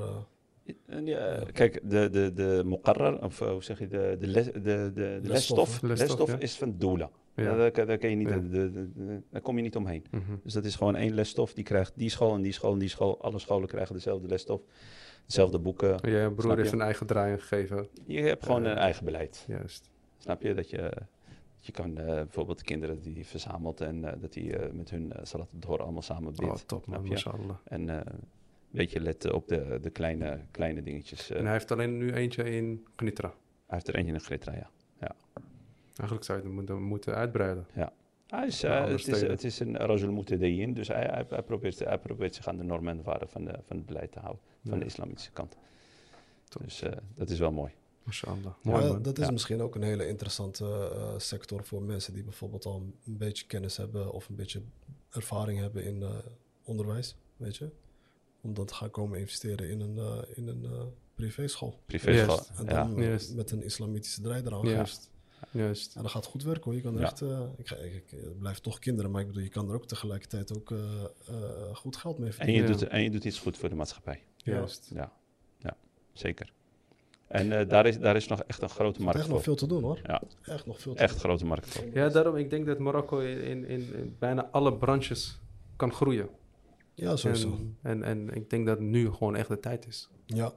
Kijk, de muqarrar, of hoe zeg je, de lesstof ja. is van doula. Ja. Daar kan je niet, Ja. daar kom je niet omheen. Mhm. Dus dat is gewoon één lesstof. Die krijgt die school en die school en die school. Alle scholen krijgen dezelfde lesstof. Dezelfde boeken. Je broer Snap je? heeft een eigen draai gegeven. Je hebt gewoon een eigen beleid. Juist. Snap je? Dat je kan bijvoorbeeld de kinderen die hij verzamelt en dat hij met hun salat door allemaal samen bidt. Oh, top man, Snap je? mashallah. En een beetje letten op de kleine dingetjes. En hij heeft alleen nu eentje in Genetra. Hij heeft er eentje in Genetra, ja. Eigenlijk zou je het moeten uitbreiden. Hij is, Naar andere steden. het is een rajul mutadayin, dus hij probeert zich aan de normen en waarden van het beleid te houden, van de islamitische kant. Top. Dus dat is wel mooi. Mashallah. Mooi man. dat is Ja. misschien ook een hele interessante sector voor mensen die bijvoorbeeld al een beetje kennis hebben of een beetje ervaring hebben in onderwijs, weet je. Om dan te gaan komen investeren in een privéschool. Privéschool, Juist. En ja. dan Juist. met een islamitische draai eraan. Juist. Juist. En dat gaat goed werken hoor. Je kan Ja. echt, het blijft toch kinderen, maar ik bedoel, je kan er ook tegelijkertijd ook goed geld mee verdienen. En je doet iets goed voor de maatschappij. Juist. Ja, zeker. En daar is nog echt een grote Er markt is echt voor. nog veel te doen hoor. Ja. Echt nog veel te Echt doen. grote markt voor. Ja, daarom, ik denk dat Marokko in bijna alle branches kan groeien. Ja, sowieso. En ik denk dat nu gewoon echt de tijd is. Ja.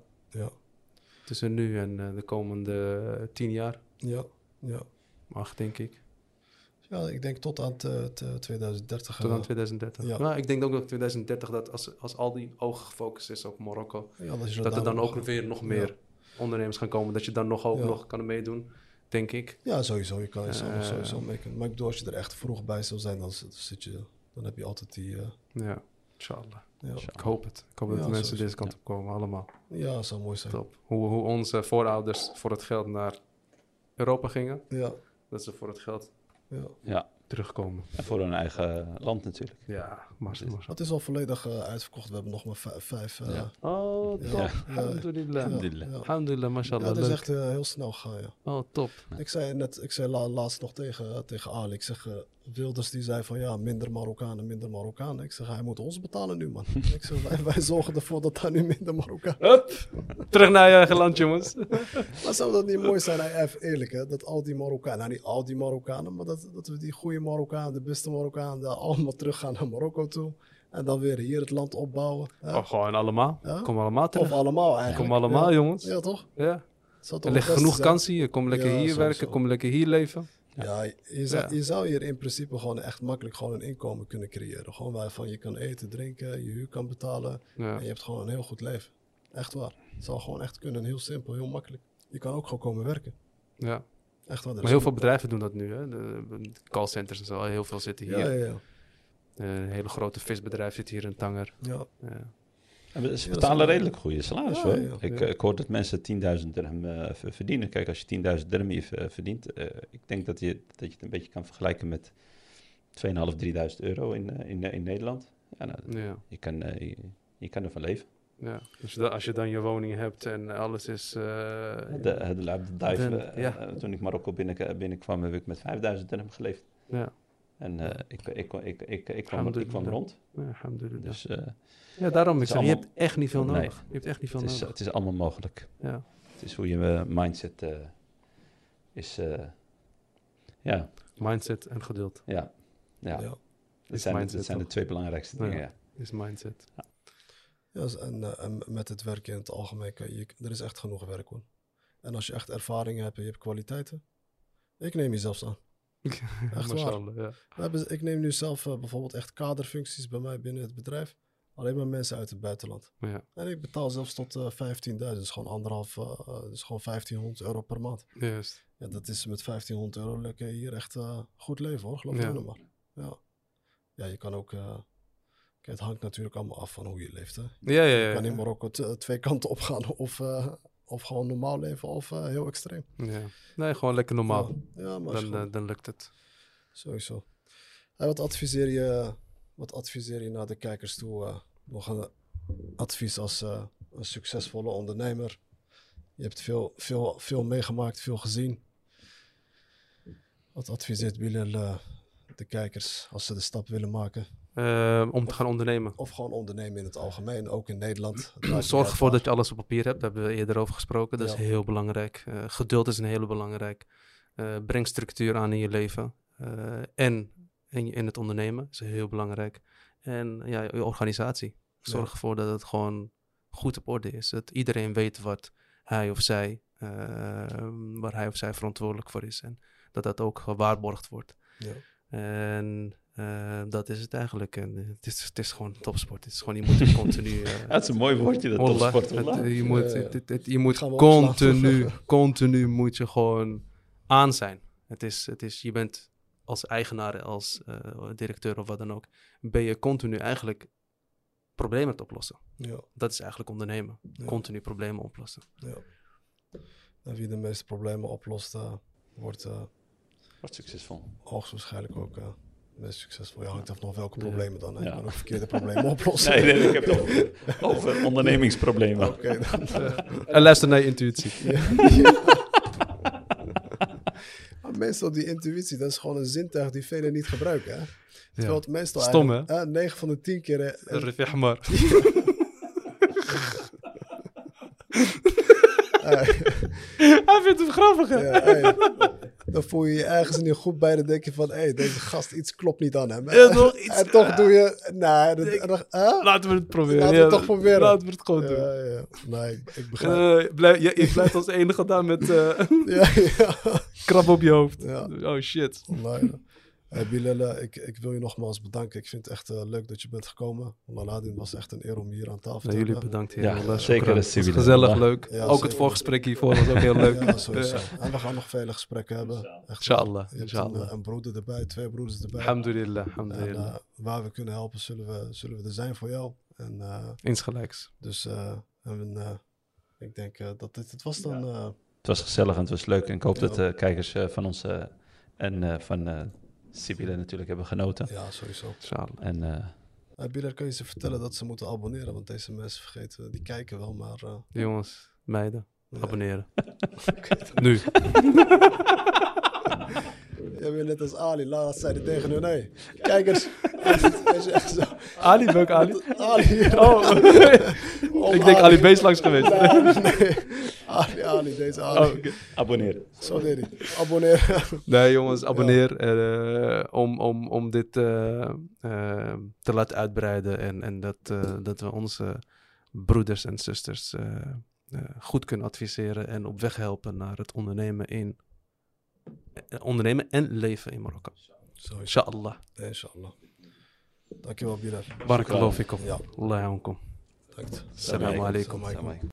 Tussen nu en de komende 10 jaar. Ja. 8, denk ik. Ja, ik denk tot aan 2030. Tot aan 2030. Ja. Maar ik denk ook dat 2030, dat als al die ogen gefocust is op Marokko, dat er dan ook weer nog meer ondernemers gaan komen. Dat je dan nog kan meedoen, denk ik. Ja, sowieso. Je kan sowieso mee kunnen. Maar ik bedoel, als je er echt vroeg bij zou zijn, dan heb je altijd die... Ja, inshallah. ja. Ik hoop het. Ik hoop dat de mensen sowieso. deze kant op komen, allemaal. Ja, zou mooi zijn. Top. Hoe onze voorouders voor het geld naar Europa gingen, Ja. dat ze voor het geld Ja, terugkomen. en voor hun eigen land natuurlijk. Ja, maar. Het is al volledig uitverkocht. We hebben nog maar 5. Ja. Oh, top. Ja. Alhamdulillah. Alhamdulillah. Ja. Alhamdulillah, mashallah. Ja, het is leuk. echt heel snel gegaan, ja. Oh, top. Ik zei laatst nog tegen Ali, ik zeg, Wilders die zei van ja, minder Marokkanen. Ik zeg, hij moet ons betalen nu, man. Ik zeg, wij zorgen ervoor dat daar nu minder Marokkanen... Hup, terug naar je eigen land, jongens. Maar zou dat niet mooi zijn, even eerlijk, hè? Dat al die Marokkanen, nou niet al die Marokkanen, maar dat we die goede Marokkanen, de beste Marokkanen, daar allemaal terug gaan naar Marokko toe. En dan weer hier het land opbouwen. Hè? Oh, gewoon allemaal. Ja? Kom allemaal terug. Of allemaal eigenlijk. Kom allemaal, ja. jongens. Ja, toch? Ja. Zou toch Er liggen het beste genoeg zijn? kansen hier. Kom lekker Ja, hier sowieso. werken. Kom lekker hier leven. Ja, je zou hier in principe gewoon echt makkelijk gewoon een inkomen kunnen creëren. Gewoon waarvan je kan eten, drinken, je huur kan betalen. Ja. En je hebt gewoon een heel goed leven. Echt waar. Het zou gewoon echt kunnen. Heel simpel, heel makkelijk. Je kan ook gewoon komen werken. Ja. Echt waar. Maar heel veel bedrijven doen dat nu. Hè? De callcenters en zo. Heel veel zitten hier. Ja. Een hele grote visbedrijf zit hier in Tanger. Ja. Ja. En ze Ja, betalen dat is- redelijk goede salaris Ja, hoor. ja. Ik hoor dat mensen 10.000 dirham verdienen. Kijk, als je 10.000 dirham hier verdient, ik denk dat je het een beetje kan vergelijken met 2.500, 3.000 euro in Nederland. Ja, nou, Ja. je kan ervan leven. Ja. Dus als je dan je woning hebt en alles is... De duiven, ja. toen ik Marokko binnenkwam, heb ik met 5.000 dirham geleefd. Ja. En ik kwam Alhamdulillah. rond. Ja, alhamdulillah. Dus Ja, daarom. Ik Het is zeg, je allemaal- hebt echt niet veel Nee. nodig. Je hebt echt niet veel nodig. het is allemaal mogelijk. Ja. Het is hoe je mindset is. Ja. Mindset en geduld Ja. Ja. Dat Is zijn mindset, de toch? 2 belangrijkste dingen. Ja. is mindset. Ja, en met het werken in het algemeen, er is echt genoeg werk hoor. En als je echt ervaring hebt en je hebt kwaliteiten, ik neem je zelfs aan. Echt waar. Mashallah, ja. Ik neem nu zelf bijvoorbeeld echt kaderfuncties bij mij binnen het bedrijf. Alleen maar mensen uit het buitenland. Ja. En ik betaal zelfs tot 15.000. Dat is gewoon dus gewoon 1.500 euro per maand. Juist. Ja, dat is met 1.500 euro lekker hier echt goed leven hoor, geloof Ja. me maar. Ja. Ja, je kan ook... het hangt natuurlijk allemaal af van hoe je leeft. Hè? Ja. Je kan in Marokko twee kanten op gaan. Of gewoon normaal leven of heel extreem. Ja. Nee, gewoon lekker normaal. Ja, maar is gewoon- Dan lukt het. sowieso. En wat adviseer je naar de kijkers toe? Nog een advies als een succesvolle ondernemer. Je hebt veel meegemaakt, veel gezien. Wat adviseert Bilal de kijkers als ze de stap willen maken? Om te gaan ondernemen. Of gewoon ondernemen in het algemeen, ook in Nederland. Zorg ervoor dat je alles op papier hebt. Daar hebben we eerder over gesproken. Dat is Ja. heel belangrijk. Geduld is een hele belangrijk. Breng structuur aan in je leven. En in het ondernemen is heel belangrijk. En ja, je organisatie. Zorg Ja. ervoor dat het gewoon goed op orde is. Dat iedereen weet wat hij of zij, waar hij of zij verantwoordelijk voor is. En dat dat ook gewaarborgd wordt. Ja. En dat is het eigenlijk. En het is gewoon topsport. Het is gewoon, je moet continu... Dat is een mooi woordje, dat Wallah, topsport. je wallah. moet, Ja, ja. je moet Gaan we opslaan. continu moet je gewoon aan zijn. Je bent als eigenaar, als directeur of wat dan ook, ben je continu eigenlijk problemen te oplossen. Ja, Dat is eigenlijk ondernemen. Ja. Continu problemen oplossen. ja. En wie de meeste problemen oplost, wordt Wordt succesvol. hoogstwaarschijnlijk ook meest succesvol. Ja, hangt af nog welke problemen dan. Hè? Ja. Je kan ook verkeerde problemen oplossen. Nee, ik heb het over ondernemingsproblemen. Oké, dan. En luister naar je intuïtie. Maar meestal die intuïtie, dat is gewoon een zintuig die velen niet gebruiken. Hè? Terwijl het meestal Stom, eigenlijk, 9 van de 10 keer... Rifih maar. Hij vindt het grappig, hè? Ja, dan voel je je ergens niet goed bij. Dan denk je van, deze gast, iets klopt niet aan hem. Ja, toch, iets- en toch doe je... Laten we het proberen. Laten we het toch proberen. Laten we het gewoon doen. Ja. Nee, ik begrijp. Je blijft als enige daar met Ja. krab op je hoofd. Ja. Oh shit. Nee. Hey Bilal, ik wil je nogmaals bedanken. Ik vind het echt leuk dat je bent gekomen. Aladin, was echt een eer om hier aan tafel te Jullie hebben. bedankt, Ja, heren. zeker, Het dat was is gezellig, ja. leuk. Ja, ook het zeker. voorgesprek hiervoor was ook heel leuk. Ja, sowieso. En we gaan nog vele gesprekken hebben. Echt, Inshallah, je hebt inshallah. een broeder erbij, 2 broeders erbij. Alhamdulillah, En alhamdulillah. waar we kunnen helpen, zullen we er zijn voor jou. En, Insgelijks. dus ik denk dat dit het was dan. Het was gezellig en het was leuk. En ik hoop dat de kijkers van ons en van Sibila natuurlijk hebben genoten. Ja, sowieso. Inshallah. En Bilal, kan je ze vertellen dat ze moeten abonneren? Want deze mensen vergeten, die kijken wel, maar... Jongens, meiden, ja. abonneren. Nu. Jij bent net als Ali, laatst zei hij tegen hun, nee, kijkers. Hij is echt zo. Ali, welke Ali? Ali. Oh, ik denk Ali B is langs geweest. Nee. Ali, deze Ali. Oh, okay. abonneren. Zo deed hij. Abonneren. Nee jongens, abonneer om dit te laten uitbreiden en dat we onze broeders en zusters goed kunnen adviseren en op weg helpen naar het ondernemen en leven in Marokko. Zo is Inshallah. het. Inshallah. Dankjewel, Bilal. Barakallahu fikum. Ja. Allah yaunkum. Dank je. Assalamu alaikum. Assalamu alaikum.